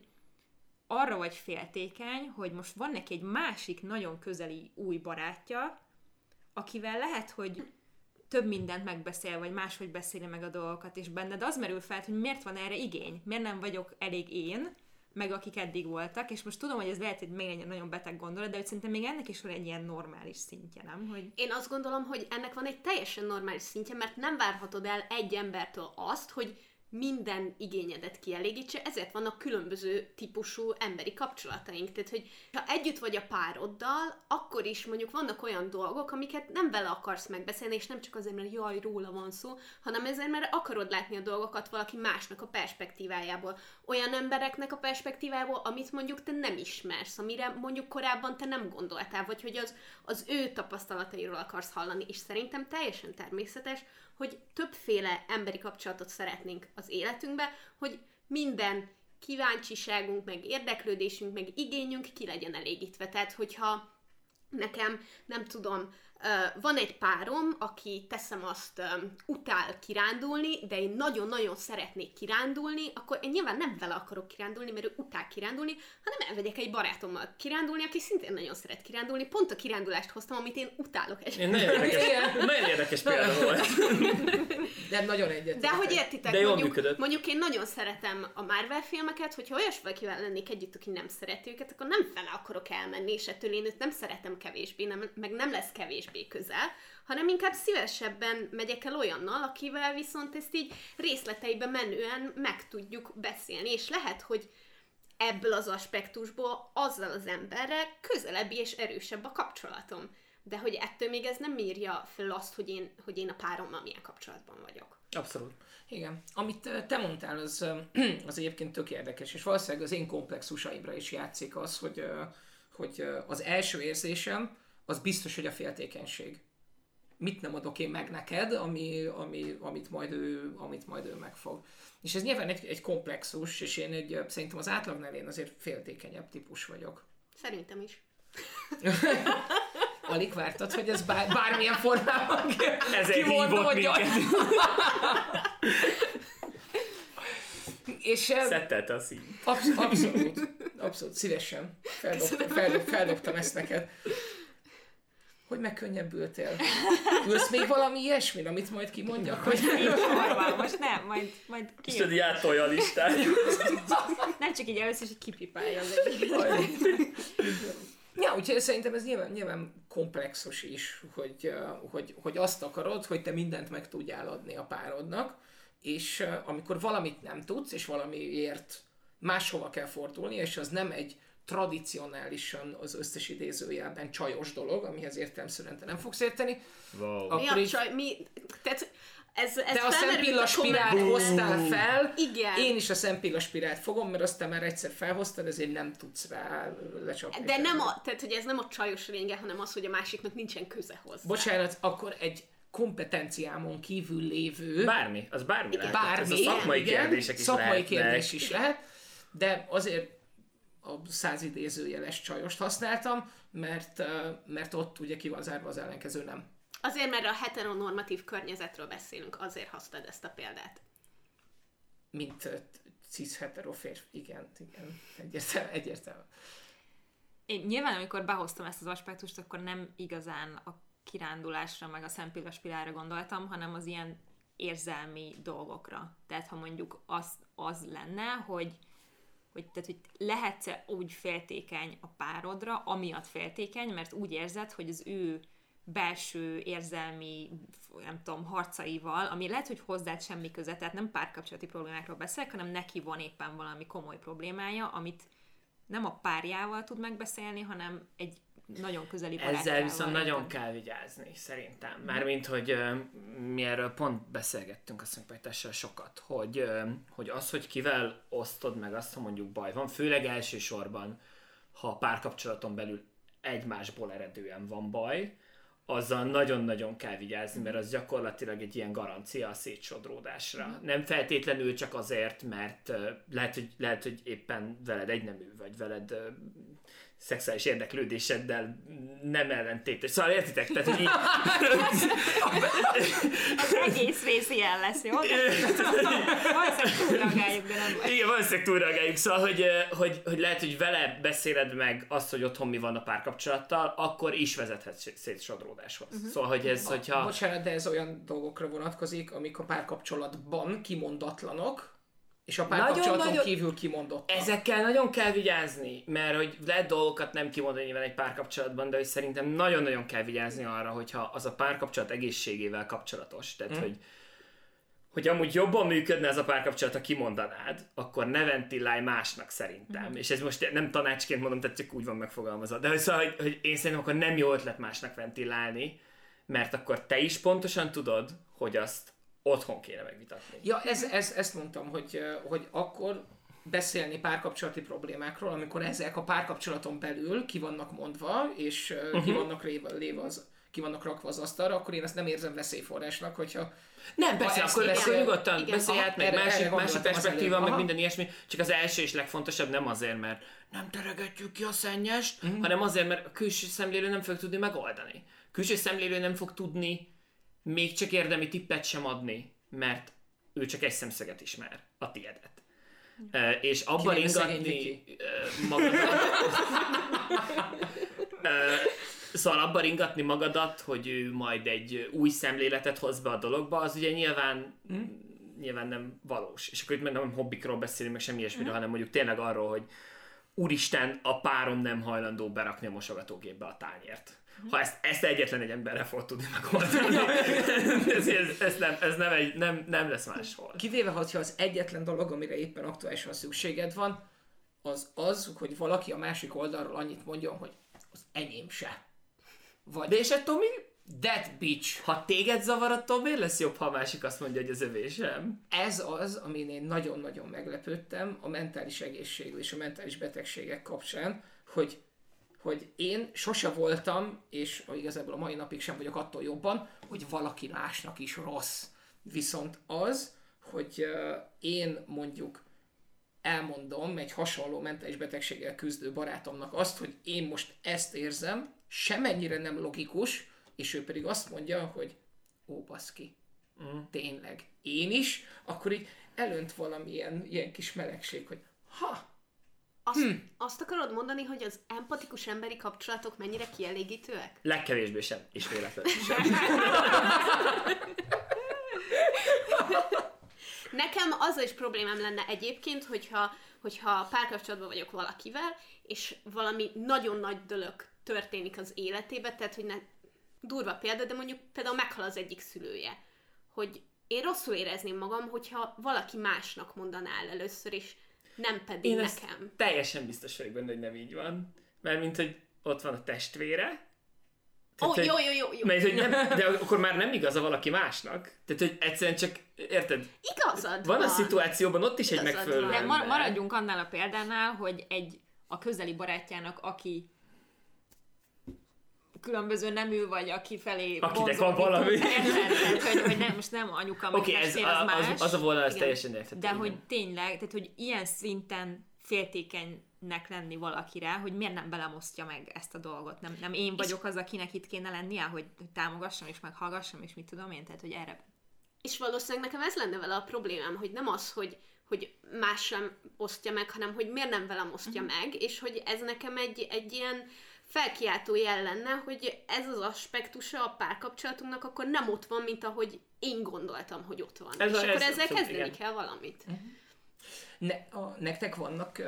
arra vagy féltékeny, hogy most van neki egy másik nagyon közeli új barátja, akivel lehet, hogy több mindent megbeszél, vagy máshogy beszéli meg a dolgokat, és benned az merül fel, hogy miért van erre igény, miért nem vagyok elég én, meg akik eddig voltak, és most tudom, hogy ez lehet, hogy még egy nagyon beteg gondolat, de hogy szerintem még ennek is van egy ilyen normális szintje, nem? Hogy... Én azt gondolom, hogy ennek van egy teljesen normális szintje, mert nem várhatod el egy embertől azt, hogy minden igényedet kielégítse, ezért vannak különböző típusú emberi kapcsolataink. Tehát, hogy ha együtt vagy a pároddal, akkor is mondjuk vannak olyan dolgok, amiket nem vele akarsz megbeszélni, és nem csak azért, mert jaj, róla van szó, hanem ezért, mert akarod látni a dolgokat valaki másnak a perspektívájából. Olyan embereknek a perspektívájából, amit mondjuk te nem ismersz, amire mondjuk korábban te nem gondoltál, vagy hogy az ő tapasztalatairól akarsz hallani, és szerintem teljesen természetes, hogy többféle emberi kapcsolatot szeretnénk az életünkbe, hogy minden kíváncsiságunk, meg érdeklődésünk, meg igényünk ki legyen elégítve. Tehát, hogyha nekem, nem tudom, van egy párom, aki teszem azt utál kirándulni, de én nagyon-nagyon szeretnék kirándulni, akkor én nyilván nem vele akarok kirándulni, mert ő utál kirándulni, hanem elvegyek egy barátommal kirándulni, aki szintén nagyon szeret kirándulni. Pont a kirándulást hoztam, amit én utálok Nagyon érdekes példa volt. De nagyon egyet. De hogy értitek, de mondjuk én nagyon szeretem a Marvel filmeket, hogyha olyas valakivel lennék együtt, aki nem szereti őket, akkor nem fele akarok elmenni, és ettől én őt nem szeretem kevésbé, meg nem lesz kevésbé közel, hanem inkább szívesebben megyek el olyannal, akivel viszont ezt így részleteibe menően meg tudjuk beszélni, és lehet, hogy ebből az aspektusból azzal az emberrel közelebbi és erősebb a kapcsolatom. De hogy ettől még ez nem írja fel azt, hogy én a párommal milyen kapcsolatban vagyok. Abszolút. Igen. Amit te mondtál, az egyébként tök érdekes, és valószínűleg az én komplexusaimra is játszik az, hogy az első érzésem az biztos, hogy a féltékenység. Mit nem adok én meg neked, amit majd ő megfog. És ez nyilván egy komplexus, és én szerintem az átlagnál én azért féltékenyebb típus vagyok. Szerintem is. Alig vártad, hogy ez bármilyen formában Ezért hívott minket. És szettelte a szín. Abszolút szívesen feldobtam ezt neked. Hogy megkönnyebbültél? Ülsz még valami ilyesmin, amit majd kimondjak? Hogy... Most nem, majd és tudod, így áttolja a listát. Nem csak így először, hogy kipipálja az egyik. Ja, úgyhogy szerintem ez nyilván komplexos is, hogy azt akarod, hogy te mindent meg tudjál adni a párodnak, és amikor valamit nem tudsz, és valamiért máshova kell fordulni, és az nem egy tradicionálisan az összes idézőjelben csajos dolog, amihez értelemszerűen te nem fogsz érteni. Wow. Akkor mi a csaj? Tehát ez te a szempillaspirált hoztál fel, igen. Én is a szempillaspirált fogom, mert azt te már egyszer felhoztad, ezért nem tudsz rá lecsapni. De nem tehát, hogy ez nem a csajos lényege, hanem az, hogy a másiknak nincsen köze hozzá. Bocsánat, akkor egy kompetenciámon kívül lévő... Bármi, az bármi lehet. Bármi, ez a szakmai kérdések is szakmai kérdés is lehet, de azért a 100 idézőjeles csajost használtam, mert ott ugye ki van zárva az ellenkező nem. Azért, mert a heteronormatív környezetről beszélünk, azért hoztad ezt a példát. Mint cis-hetero férfi. Igen, egyértelmű. Én nyilván, amikor behoztam ezt az aspektust, akkor nem igazán a kirándulásra, meg a szempillaspirálra gondoltam, hanem az ilyen érzelmi dolgokra. Tehát, ha mondjuk az lenne, hogy lehetsz-e úgy féltékeny a párodra, amiatt féltékeny, mert úgy érzed, hogy az ő belső érzelmi, nem tudom, harcaival, ami lehet, hogy hozzád semmi köze, tehát nem párkapcsolati problémákról beszélek, hanem neki van éppen valami komoly problémája, amit nem a párjával tud megbeszélni, hanem egy nagyon közeli barátjával. Ezzel viszont nagyon kell vigyázni, szerintem. Mármint, hogy mi erről pont beszélgettünk a szimpatiással sokat, hogy az, hogy kivel osztod meg azt, ha mondjuk baj van, főleg elsősorban, ha a párkapcsolaton belül egymásból eredően van baj, azzal nagyon-nagyon kell vigyázni, mert az gyakorlatilag egy ilyen garancia a szétsodródásra. Nem feltétlenül csak azért, mert lehet, hogy éppen veled egynemű, vagy veled szexuális érdeklődéseddel nem ellentétes. Szóval értitek? Tehát, hogy így... Az egész rész ilyen lesz, jó? Valószínűleg túlreagáljuk, de nem vagy. Igen, valószínűleg túlreagáljuk. Szóval, hogy lehet, hogy vele beszéled meg azt, hogy otthon mi van a párkapcsolattal, akkor is vezethet szétsodródáshoz. Szóval, hogy ez, hogyha... Bocsánat, de ez olyan dolgokra vonatkozik, amik a párkapcsolatban kimondatlanok, és a párkapcsolaton kívül kimondottak. Ezekkel nagyon kell vigyázni, mert hogy lehet dolgokat nem kimondani nyilván egy párkapcsolatban, de hogy szerintem nagyon-nagyon kell vigyázni arra, hogyha az a párkapcsolat egészségével kapcsolatos. Tehát, hogy amúgy jobban működne ez a párkapcsolat, ha kimondanád, akkor ne ventilálj másnak szerintem. És ez most nem tanácsként mondom, tehát csak úgy van megfogalmazva. De szóval, hogy én szerintem akkor nem jó ötlet másnak ventilálni, mert akkor te is pontosan tudod, hogy azt otthon kéne megvitatni. Ja, ezt mondtam, hogy akkor beszélni párkapcsolati problémákról, amikor ezek a párkapcsolaton belül ki vannak mondva, és ki vannak rakva az asztalra, akkor én ezt nem érzem veszélyforrásnak, hogyha... Nem, persze, akkor nyugodtan beszélj át, meg másik perspektíva, meg minden ilyesmi, csak az első és legfontosabb nem azért, mert nem teregetjük ki a szennyest, hanem azért, mert a külső szemlélő nem fog tudni megoldani. Külső szemlélő nem fog tudni még csak érdemi tippet sem adni, mert ő csak egy szemszöget ismer, a tiédet. És abban ringatni magadat... Szóval abban ringatni magadat, hogy ő majd egy új szemléletet hoz be a dologba, az ugye nyilván nem valós. És akkor itt nem hobbikról beszélünk, meg semmi ilyesmiről, hanem mondjuk tényleg arról, hogy úristen, a párom nem hajlandó berakni a mosogatógépbe a tányért. Ha ezt egyetlen egy emberre fog tudni megoldani, ez nem lesz máshol. Kivéve, hogyha az egyetlen dolog, amire éppen aktuálisan szükséged van, az, hogy valaki a másik oldalról annyit mondjon, hogy az enyém se. Vagy, de és ettől mi? That bitch. Ha téged zavar, attól miért lesz jobb, ha a másik azt mondja, hogy az övé sem? Ez az, amin én nagyon-nagyon meglepődtem a mentális egészség és a mentális betegségek kapcsán, hogy én sose voltam, és igazából a mai napig sem vagyok attól jobban, hogy valaki másnak is rossz. Viszont az, hogy én mondjuk elmondom egy hasonló mentális betegséggel küzdő barátomnak azt, hogy én most ezt érzem, semennyire nem logikus, és ő pedig azt mondja, hogy ó, baszki, tényleg, én is, akkor így elönt valamilyen ilyen kis melegség, hogy Azt akarod mondani, hogy az empatikus emberi kapcsolatok mennyire kielégítőek? Legkevésbé sem, és véletlenül sem. Nekem azzal is problémám lenne egyébként, hogyha párkapcsolatban vagyok valakivel, és valami nagyon nagy dolog történik az életébe, tehát hogy durva példa, de mondjuk például meghal az egyik szülője, hogy én rosszul érezném magam, hogyha valaki másnak mondaná el először, és nem pedig Én nekem. Teljesen biztos vagyok benne, hogy nem így van. Mert mint, hogy ott van a testvére. Jó. Mert, hogy nem, de akkor már nem igaza valaki másnak. Tehát, hogy egyszerűen csak, érted? Igazad van a szituációban ott is egy Igazad megfelelő van. De ember. maradjunk annál a példánál, hogy a közeli barátjának, aki különböző nemű, vagy aki felé Akinek van valami. hogy nem, most nem anyuka, meg Oké, testvér, az más. az a volna, az Igen. teljesen érthető. De igen. hogy tényleg, tehát hogy ilyen szinten féltékenynek lenni valakire, hogy miért nem belemosztja meg ezt a dolgot. Nem én vagyok az, akinek itt kéne lennie, hogy támogassam és meghallgassam, és mit tudom én, tehát hogy erre. És valószínűleg nekem ez lenne vele a problémám, hogy nem az, hogy más sem osztja meg, hanem hogy miért nem velem osztja meg, és hogy ez nekem egy ilyen felkiáltó jel lenne, hogy ez az aspektusa a párkapcsolatunknak akkor nem ott van, mint ahogy én gondoltam, hogy ott van. És akkor ezzel abszolút, kezdeni igen. kell valamit. Nektek vannak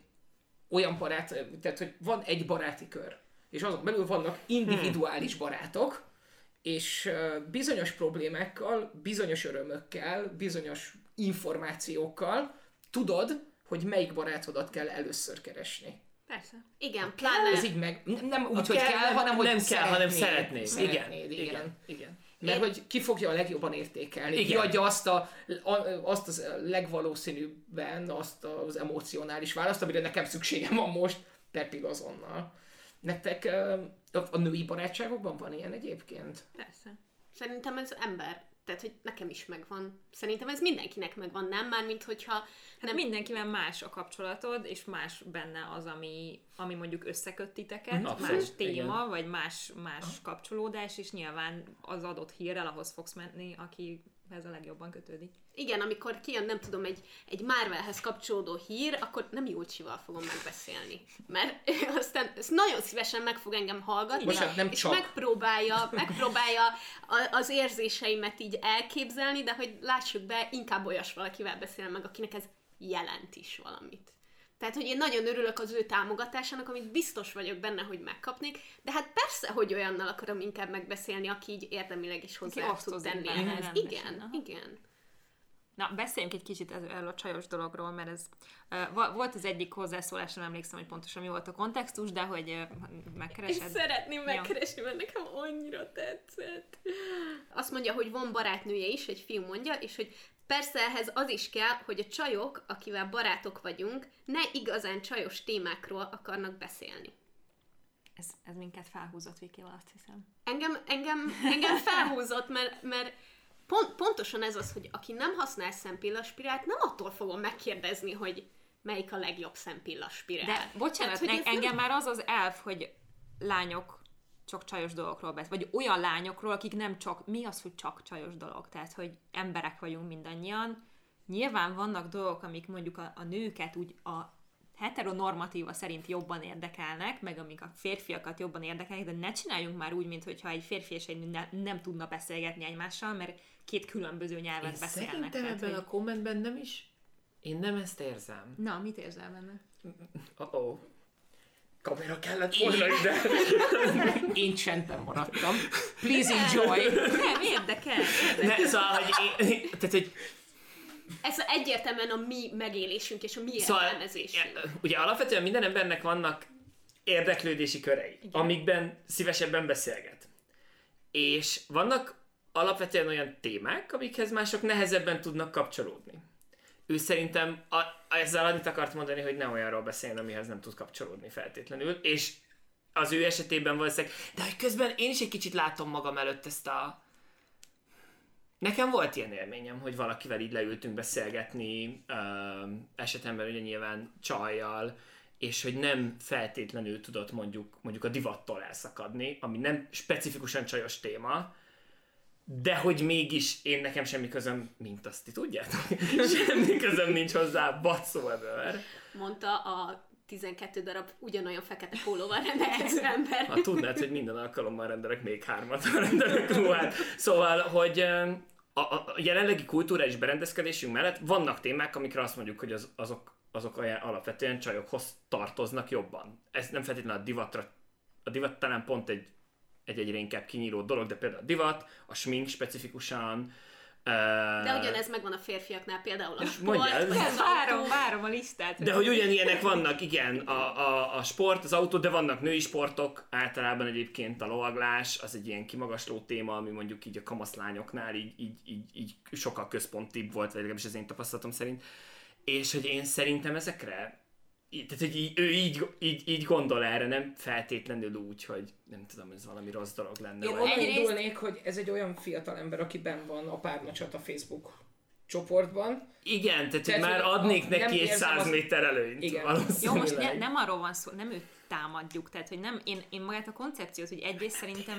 olyan tehát hogy van egy baráti kör, és azon belül vannak individuális barátok, és bizonyos problémákkal, bizonyos örömökkel, bizonyos információkkal tudod, hogy melyik barátodat kell először keresni. Persze. Igen, pláne... Ez így meg, nem úgy, hogy kell, hanem hogy nem kell, hanem szeretnéd. szeretnéd. Igen. Mert hogy ki fogja a legjobban értékelni, ki Igen. adja azt az legvalószínűbben, azt az emocionális választ, amire nekem szükségem van most, per azonnal. Nektek a női barátságokban van ilyen egyébként? Persze. Szerintem ez ember. Tehát, hogy nekem is megvan. Szerintem ez mindenkinek megvan, nem? Mármint, hogyha... Nem mindenkivel más a kapcsolatod, és más benne az, ami mondjuk összeköt titeket, Abszolút, más téma, igen. vagy más kapcsolódás, és nyilván az adott hírrel ahhoz fogsz menni, akihez a legjobban kötődik. Igen, amikor kijön, nem tudom, egy Marvelhez kapcsolódó hír, akkor nem Júlcsival fogom megbeszélni. Mert aztán ezt nagyon szívesen meg fog engem hallgatni, Bocsánat, nem és csak. megpróbálja az érzéseimet így elképzelni, de hogy lássuk be, inkább olyas valakivel beszélem meg, akinek ez jelent is valamit. Tehát, hogy én nagyon örülök az ő támogatásának, amit biztos vagyok benne, hogy megkapnék, de hát persze, hogy olyannal akarom inkább megbeszélni, aki így érdemileg is hozzá tud osztozik tenni bele ehhez. rendesen, Igen, aha. igen. Na, beszéljünk egy kicsit erről a csajos dologról, mert ez volt az egyik hozzászólás, nem emlékszem, hogy pontosan mi volt a kontextus, de hogy megkeresed. Én szeretném Jó. megkeresni, mert nekem annyira tetszett. Azt mondja, hogy van barátnője is, egy fiú mondja, és hogy persze ehhez az is kell, hogy a csajok, akivel barátok vagyunk, ne igazán csajos témákról akarnak beszélni. Ez minket felhúzott, Vikival, azt hiszem. Engem felhúzott, mert pontosan ez az, hogy aki nem használ szempillaspirált, nem attól fogom megkérdezni, hogy melyik a legjobb szempillaspirál. De bocsánat, hogy ez engem már az elv, hogy lányok csak csajos dolgokról beszél, vagy olyan lányokról, akik nem csak, mi az, hogy csak csajos dolog, tehát, hogy emberek vagyunk mindannyian. Nyilván vannak dolgok, amik mondjuk a nőket úgy a heteronormatíva szerint jobban érdekelnek, meg amik a férfiakat jobban érdekelnek, de ne csináljunk már úgy, mintha egy férfi és egy nő nem tudna beszélgetni egymással, mert két különböző nyelvet beszélnek. Szerintem tehát, ebben hogy... a kommentben nem is... Én nem ezt érzem. Na, mit érzel benne? Oh. Kamera kellett volna ide. Én csendben maradtam. Please enjoy! Nem, érdekel. Ne, szóval, tehát, hogy Ez egyértelműen a mi megélésünk és a mi Szóval, értelmezésünk. ugye alapvetően minden embernek vannak érdeklődési körei, amikben szívesebben beszélget. És vannak alapvetően olyan témák, amikhez mások nehezebben tudnak kapcsolódni. Ő szerintem ezzel annyit akart mondani, hogy ne olyanról beszéljen, amihez nem tud kapcsolódni feltétlenül, és az ő esetében valószínűleg, de hogy közben én is egy kicsit látom magam előtt ezt a... Nekem volt ilyen élményem, hogy valakivel így leültünk beszélgetni, esetemben ugye nyilván csajjal, és hogy nem feltétlenül tudott mondjuk a divattól elszakadni, ami nem specifikusan csajos téma, de hogy mégis nekem semmi közöm, mint azt ti tudjátok, semmi közöm nincs hozzá whatsoever. Mondta a 12 darab ugyanolyan fekete pólóval rendelkező ember. Ha tudnád, hogy minden alkalommal rendelek még 3-at, ha rendelek ruhát. Szóval, hogy a jelenlegi kulturális berendezkedésünk mellett vannak témák, amikre azt mondjuk, hogy azok alapvetően csajokhoz tartoznak jobban. Ez nem feltétlenül a divatra. A divat talán pont egy egyre inkább kinyíló dolog, de például a divat, a smink specifikusan. De ugyanez megvan a férfiaknál, például a sport, mondjál, vagy az Várom a listát. de hogy ugyanilyenek vannak, igen, a sport, az autó, de vannak női sportok, általában egyébként a lovaglás, az egy ilyen kimagasló téma, ami mondjuk így a kamaszlányoknál így sokkal központibb volt, vagy legalábbis az én tapasztalatom szerint. És hogy én szerintem ezekre, tehát hogy ő így gondol erre, nem feltétlenül úgy, hogy nem tudom, ez valami rossz dolog lenne. Én onnan indulnék, hogy ez egy olyan fiatal ember, aki benn van a Párnacsat a Facebook csoportban. Igen, tehát már adnék neki egy 100 méter előnyt. Igen. Jó, most nem arról van szó, nem őt támadjuk, tehát hogy nem, én magát a koncepciót, hogy egyrészt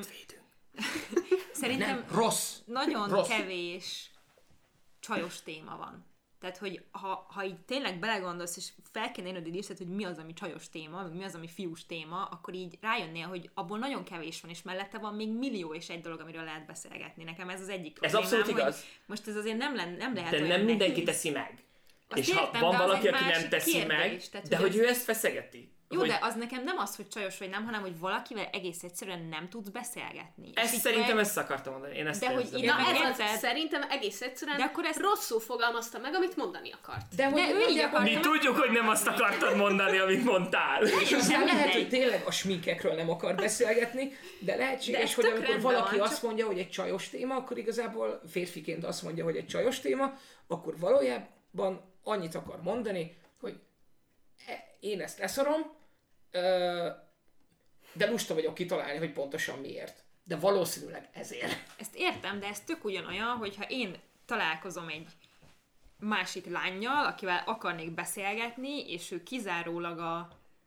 szerintem Nem, rossz. nagyon kevés csajos téma van. Tehát, hogy ha így tényleg belegondolsz, és fel kéne írnod egy listet, hogy mi az, ami csajos téma, mi az, ami fiús téma, akkor így rájönnél, hogy abból nagyon kevés van, és mellette van még millió és egy dolog, amiről lehet beszélgetni. Nekem ez az egyik Ez problémám, abszolút igaz. Most ez azért nem lehet de olyan nem mindenki nehéz. teszi meg. Azt és értem, ha van de az valaki, egy aki nem másik teszi kérdés, meg, tehát, de hogy ez... ő ezt feszegeti. Jó, hogy... de az nekem nem az, hogy csajos vagy nem, hanem hogy valakivel egész egyszerűen nem tudsz beszélgetni. Ezt szerintem ezt akartam mondani. Én ezt de hogy érzem. így, szerintem egész egyszerűen de akkor ezt... rosszul fogalmazta meg, amit mondani akart. De ő így akar... Mi tudjuk, hogy nem azt akartad mondani, amit mondtál. És aztán lehet, hogy tényleg a sminkekről nem akar beszélgetni, de lehetséges, hogy amikor valaki azt mondja, hogy egy csajos téma, akkor igazából férfiként azt mondja, hogy egy csajos téma, akkor valójában annyit akar mondani, hogy én ezt leszarom, de lusta vagyok kitalálni, hogy pontosan miért. De valószínűleg ezért. Ezt értem, de ez tök ugyanolyan, hogyha én találkozom egy másik lánnyal, akivel akarnék beszélgetni, és ő kizárólag a...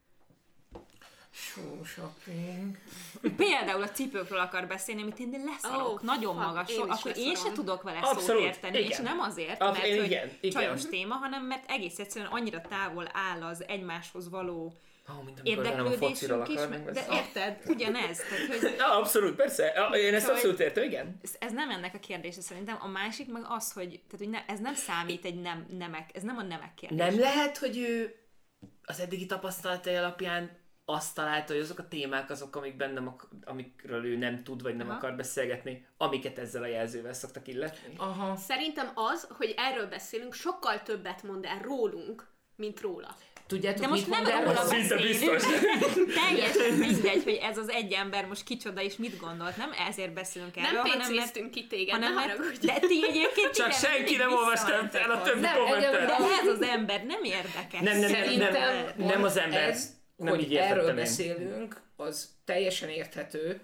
Shopping. Például a cipőkről akar beszélni, amit én leszarok, nagyon magasról, akkor én se tudok vele Abszolút, szót érteni, igen. és nem azért, mert hogy igen. csajos téma, hanem mert egész egyszerűen annyira távol áll az egymáshoz való érdeklődésünk is, de érted, ugyanez. Tehát, hogy abszolút, persze. Én ezt Szóval, abszolút értem, igen. ez nem ennek a kérdése szerintem. A másik meg az, hogy, tehát, hogy ez nem számít egy nemek, ez nem a nemek kérdése. Nem lehet, hogy ő az eddigi tapasztalatai alapján azt találta, hogy azok a témák azok, amikről ő nem tud, vagy nem akar beszélgetni, amiket ezzel a jelzővel szoktak illetni? Aha. Szerintem az, hogy erről beszélünk, sokkal többet mond el rólunk, mint róla. Tudjátok, de most mit nem mond el? róla Szinte beszélünk. biztos. Teljesen mindegy, hogy ez az egy ember most kicsoda és mit gondolt. Nem ezért beszélünk erről, Nem hanem pécéztünk ki téged, ne hanem haragudj. de ti egyébként Csak igen, senki mindig nem olvasta el a többi kommentet. de ez az ember nem érdekes. Nem az ember. Ez, nem hogy így értettem erről én. beszélünk, az teljesen érthető,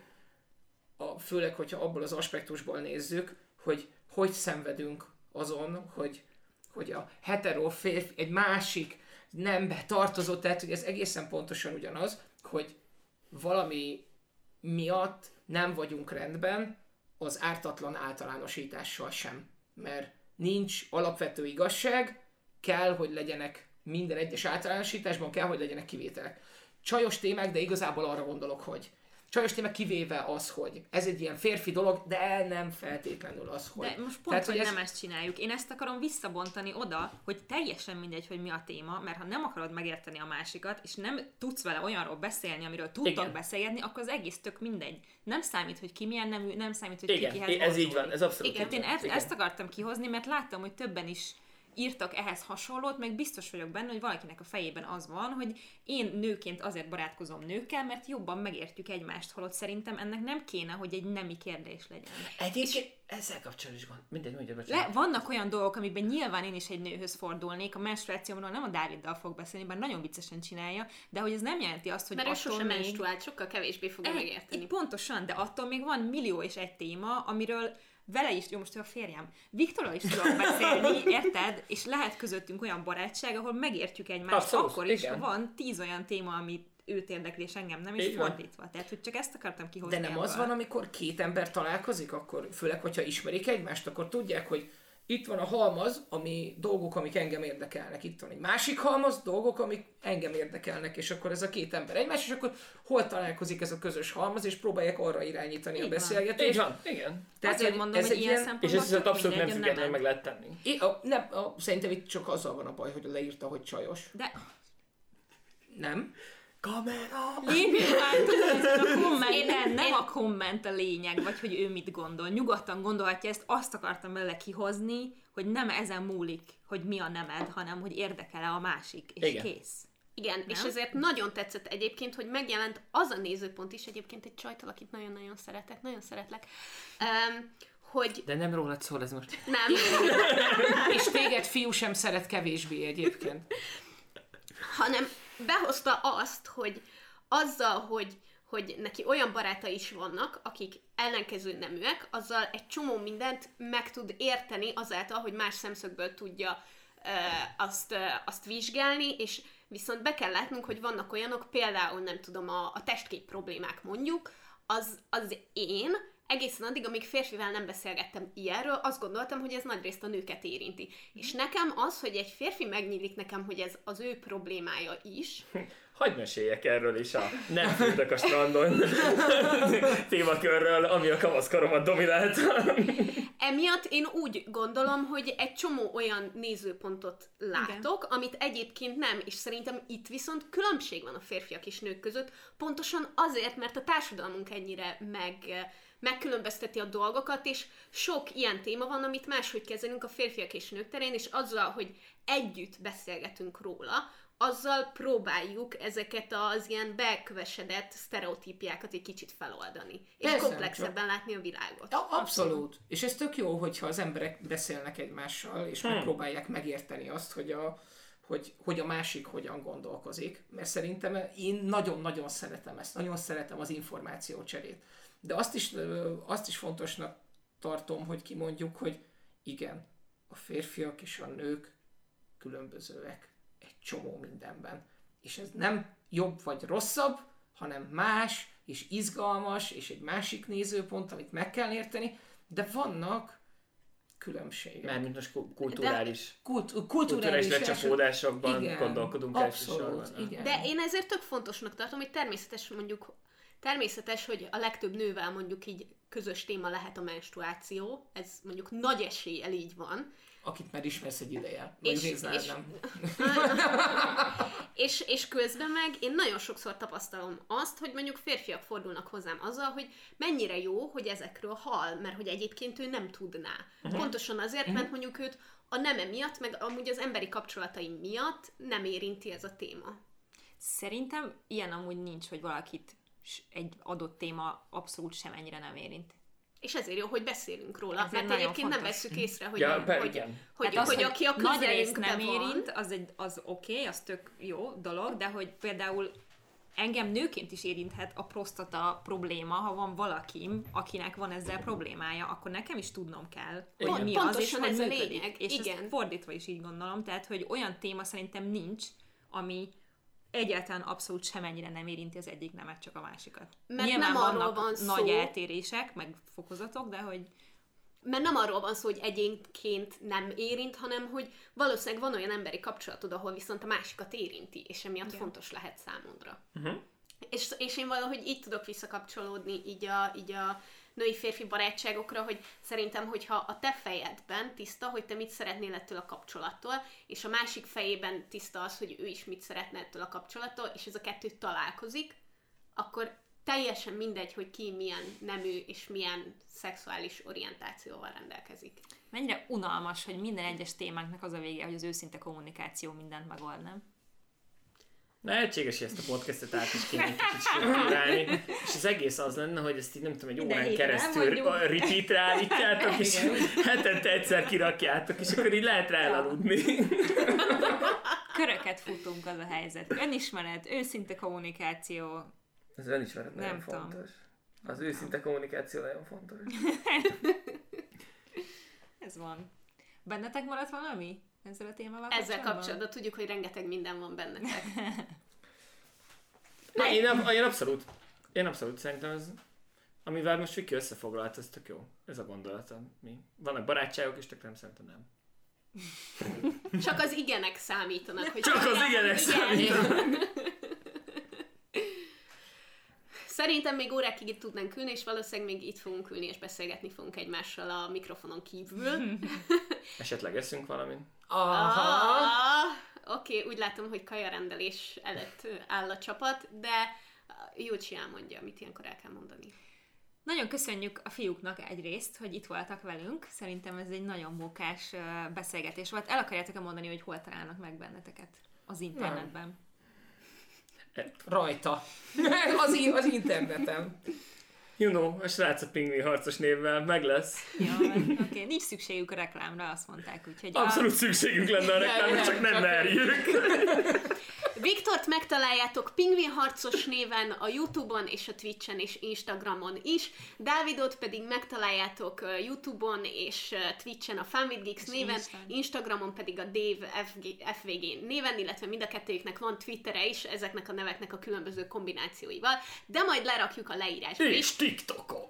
főleg, hogyha abból az aspektusból nézzük, hogy szenvedünk azon, hogy a hetero férfi egy másik nembe tartozott, tehát hogy ez egészen pontosan ugyanaz, hogy valami miatt nem vagyunk rendben az ártatlan általánosítással sem. Mert nincs alapvető igazság, kell, hogy legyenek minden egyes általánosításban, kell, hogy legyenek kivételek. Csajos témák, de igazából arra gondolok, hogy csajos témák kivéve az, hogy ez egy ilyen férfi dolog, de nem feltétlenül az, hogy... De most pont, hogy nem ezt csináljuk. Én ezt akarom visszabontani oda, hogy teljesen mindegy, hogy mi a téma, mert ha nem akarod megérteni a másikat, és nem tudsz vele olyanról beszélni, amiről tudtok beszélgetni, akkor az egész tök mindegy. Nem számít, hogy ki milyen nemű, nem számít, hogy ki kihez ez így van, ez abszolút. Igen, én ezt akartam kihozni, mert láttam, hogy többen is írtak ehhez hasonlót, meg biztos vagyok benne, hogy valakinek a fejében az van, hogy én nőként azért barátkozom nőkkel, mert jobban megértjük egymást, holott szerintem ennek nem kéne, hogy egy nemi kérdés legyen. Egyébként ezzel kapcsolatban is van. Mindegy, mondja, vannak olyan dolgok, amikben nyilván én is egy nőhöz fordulnék, a menstruációmról nem a Dáviddal fog beszélni, bár nagyon viccesen csinálja, de hogy ez nem jelenti azt, hogy mert ő sosem még... menstruált, sokkal kevésbé fogja megérteni. Pontosan, de attól még van millió és egy téma, amiről vele is, jó, most ő a férjem, Viktorral is tudok beszélni, érted? És lehet közöttünk olyan barátság, ahol megértjük egymást, Abszolút, akkor is igen. van 10 olyan téma, amit őt érdekli, és engem nem, és Így van. fordítva. Tehát, hogy csak ezt akartam kihozni. De nem az ebből. van, amikor két ember találkozik, akkor főleg, hogyha ismerik egymást, akkor tudják, hogy itt van a halmaz, ami dolgok, amik engem érdekelnek. Itt van egy másik halmaz, dolgok, amik engem érdekelnek, és akkor ez a két ember egymás, és akkor hol találkozik ez a közös halmaz, és próbálják arra irányítani Így a van. beszélgetést. Így van, igen. Tehát, Azért hogy mondom, ez hogy egy ilyen ilyen- szempontból És ezt tök abszolút nem mindegy, a függetlenül meg nemed. lehet tenni. Szerintem itt csak azzal van a baj, hogy leírta, hogy csajos. De Nem? Kamera! lépjünk már túl ezen a kommenten, nem a komment a lényeg, vagy hogy ő mit gondol. Nyugodtan gondolhatja ezt, azt akartam vele kihozni, hogy nem ezen múlik, hogy mi a nemed, hanem hogy érdekel-e a másik, és Igen. kész. Igen, és Nem? ezért nagyon tetszett egyébként, hogy megjelent az a nézőpont is, egyébként egy csajtól, akit nagyon-nagyon szeretek, nagyon szeretlek, hogy De nem rólad szól ez most. nem, És téged fiú sem szeret kevésbé egyébként. hanem behozta azt, hogy azzal, hogy neki olyan barátai is vannak, akik ellenkező neműek, azzal egy csomó mindent meg tud érteni azáltal, hogy más szemszögből tudja azt vizsgálni, és viszont be kell látnunk, hogy vannak olyanok, például nem tudom, a testkép problémák mondjuk, az én egészen addig, amíg férfivel nem beszélgettem ilyenről, azt gondoltam, hogy ez nagyrészt a nőket érinti. És nekem az, hogy egy férfi megnyílik nekem, hogy ez az ő problémája is, Hadd meséljek erről is a Nem fürdök a strandon témakörről, ami a kamaszkoromat dominálta. emiatt én úgy gondolom, hogy egy csomó olyan nézőpontot látok, amit egyébként nem, és szerintem itt viszont különbség van a férfiak és nők között, pontosan azért, mert a társadalmunk ennyire megkülönbözteti a dolgokat, és sok ilyen téma van, amit máshogy kezelünk a férfiak és nők terén, és azzal, hogy együtt beszélgetünk róla, azzal próbáljuk ezeket az ilyen bekövesedett sztereotípiákat egy kicsit feloldani. És Persze, komplexebben látni a világot. Ja, abszolút. És ez tök jó, hogyha az emberek beszélnek egymással, és megpróbálják megérteni azt, hogy a másik hogyan gondolkozik. Mert szerintem én nagyon-nagyon szeretem ezt. Nagyon szeretem az információcserét. De azt is fontosnak tartom, hogy kimondjuk, hogy igen, a férfiak és a nők különbözőek egy csomó mindenben. És ez nem jobb vagy rosszabb, hanem más, és izgalmas, és egy másik nézőpont, amit meg kell érteni, de vannak különbségek. Mármint most kulturális. Kulturális lecsapódásokban igen, gondolkodunk abszolút, elsősorban. igen. De én ezért tök fontosnak tartom, hogy természetes, hogy a legtöbb nővel mondjuk így közös téma lehet a menstruáció, ez mondjuk nagy eséllyel így van, Akit már ismersz egy ideje. És- Vagy és- nem. és közben meg én nagyon sokszor tapasztalom azt, hogy mondjuk férfiak fordulnak hozzám azzal, hogy mennyire jó, hogy ezekről hall, mert hogy egyébként ő nem tudná. Pontosan azért, mert mondjuk őt a neme miatt, meg amúgy az emberi kapcsolatai miatt nem érinti ez a téma. Szerintem ilyen amúgy nincs, hogy valakit egy adott téma abszolút semennyire nem érint. És ezért jó, hogy beszélünk róla, Ezért mert nagyon egyébként nem fontos. vesszük észre, hogy, Ja, hogy, igen. hogy, Hát az, hogy aki a nagy részt közelünkben nem van, érint, az oké, az tök jó dolog, de hogy például engem nőként is érinthet a prostata probléma, ha van valakim, akinek van ezzel problémája, akkor nekem is tudnom kell, hogy Igen. mi az, és Pontosan hogy ez a működik. lényeg. És Igen. ezt fordítva is így gondolom, tehát, hogy olyan téma szerintem nincs, ami egyáltalán abszolút semennyire nem érinti az egyik nemet, csak a másikat. Mert Nyilván nem arról vannak van szó. nagy eltérések, meg fokozatok, de hogy mert nem arról van szó, hogy egyénként nem érint, hanem hogy valószínűleg van olyan emberi kapcsolatod, ahol viszont a másikat érinti, és emiatt fontos lehet számodra. És én valahogy így tudok visszakapcsolódni így a női-férfi barátságokra, hogy szerintem, hogyha a te fejedben tiszta, hogy te mit szeretnél ettől a kapcsolattól, és a másik fejében tiszta az, hogy ő is mit szeretne ettől a kapcsolattól, és ez a kettő találkozik, akkor teljesen mindegy, hogy ki milyen nemű és milyen szexuális orientációval rendelkezik. mennyire unalmas, hogy minden egyes témánknak az a vége, hogy az őszinte kommunikáció mindent megold, nem? Lehetséges, hogy ezt a podcastet át is kéne egy kicsit struktúrálni, és az egész az lenne, hogy ezt így nem tudom, egy De órán igen, keresztül mondjuk. repeatre állítjátok, és hetente egyszer kirakjátok, és akkor így lehet rá elaludni. Köröket futunk, az a helyzet. Önismeret, őszinte kommunikáció. Az önismeret nagyon Nem tudom. fontos. Az őszinte kommunikáció nagyon fontos. ez van. Bennetek maradt valami ezzel a témával Ezzel kapcsolatban tudjuk, hogy rengeteg minden van bennetek. Én abszolút szerintem ez, amivel most Viki összefoglalt, ez tök jó. Ez a gondolata. Vannak barátságok, és tök nem szerintem nem. Csak az igenek számítanak. Hogy Csak az igenek számítanak. Szerintem még órákig itt tudnánk ülni, és valószínűleg még itt fogunk ülni, és beszélgetni fogunk egymással a mikrofonon kívül. Esetleg eszünk valamit? Oké, úgy látom, hogy kajarendelés előtt áll a csapat, de Júcsi elmondja, mit ilyenkor el kell mondani. Nagyon köszönjük a fiúknak egyrészt, hogy itt voltak velünk. Szerintem ez egy nagyon mókás beszélgetés volt. El akarjátok-e mondani, hogy hol találnak meg benneteket az internetben? Rajta. az interneten. A srác a pingvin harcos névvel meg lesz. Ja, oké. Nincs szükségük a reklámra, azt mondták. Úgyhogy abszolút szükségünk lenne a reklámra, csak nem merjük. Viktort megtaláljátok pingvinharcos néven a YouTube-on és a Twitch-en és Instagramon is. Dávidot pedig megtaláljátok YouTube-on és Twitch-en a Fun with Geeks néven, Instagramon pedig a Dave FVG néven, illetve mind a kettőjüknek van Twittere is, ezeknek a neveknek a különböző kombinációival, de majd lerakjuk a leírásba is. És TikTokon.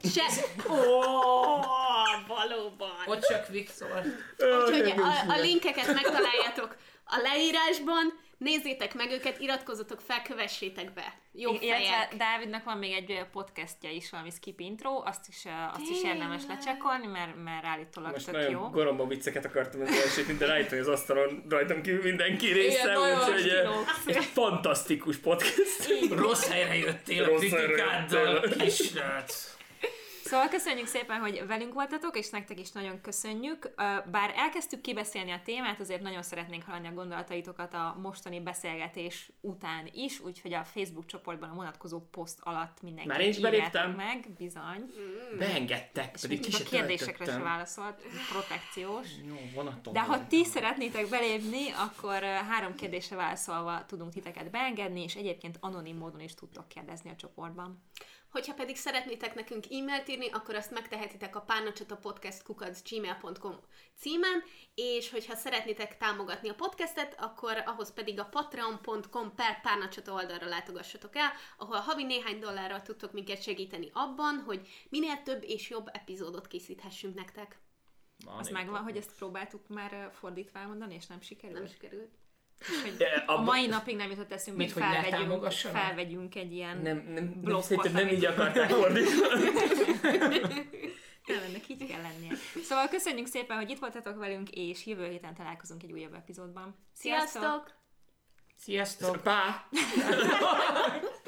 Valóban. Ott csak Viktor. Úgyhogy a linkeket megtaláljátok a leírásban, nézzétek meg őket, iratkozzatok fel, kövessétek be. Jó fejek. Dávidnak van még egy podcastja is, valami Skip Intro, azt is érdemes lecsekkolni, mert állítólag most tök nagyon jó. goromba vicceket akartam az elsőt, mint rájtani az asztalon, rajtam kívül mindenki része, úgyhogy egy fantasztikus podcast. Rossz helyre jöttél a kritikáddal, kisrác. Szóval köszönjük szépen, hogy velünk voltatok, és nektek is nagyon köszönjük. Bár elkezdtük kibeszélni a témát, azért nagyon szeretnénk hallani a gondolataitokat a mostani beszélgetés után is, úgyhogy a Facebook csoportban a vonatkozó poszt alatt mindenki már én is beléptem meg, bizony. Beengedtek, És pedig ki se a kérdésekre töltöttem. se válaszolt, protekciós. Jó, vonaton. De ha ti szeretnétek belépni, akkor 3 kérdésre válaszolva tudunk titeket beengedni, és egyébként anonim módon is tudtok kérdezni a csoportban. Hogyha pedig szeretnétek nekünk e-mailt írni, akkor azt megtehetitek a párnacsatapodcast@gmail.com címen, és hogyha szeretnétek támogatni a podcastet, akkor ahhoz pedig a patreon.com/párnacsata oldalra látogassatok el, ahol havi néhány dollárral tudtok minket segíteni abban, hogy minél több és jobb epizódot készíthessünk nektek. Az megvan, hogy ezt próbáltuk már fordítva elmondani, és nem sikerült? Nem sikerült. A mai napig nem jutott eszünkbe, hogy felvegyünk egy ilyen blokkot. Szerintem nem így akarták fordítani. Nem, ennek így kell lennie. Szóval köszönjük szépen, hogy itt voltatok velünk, és jövő héten találkozunk egy újabb epizódban. Sziasztok! Sziasztok! Pá!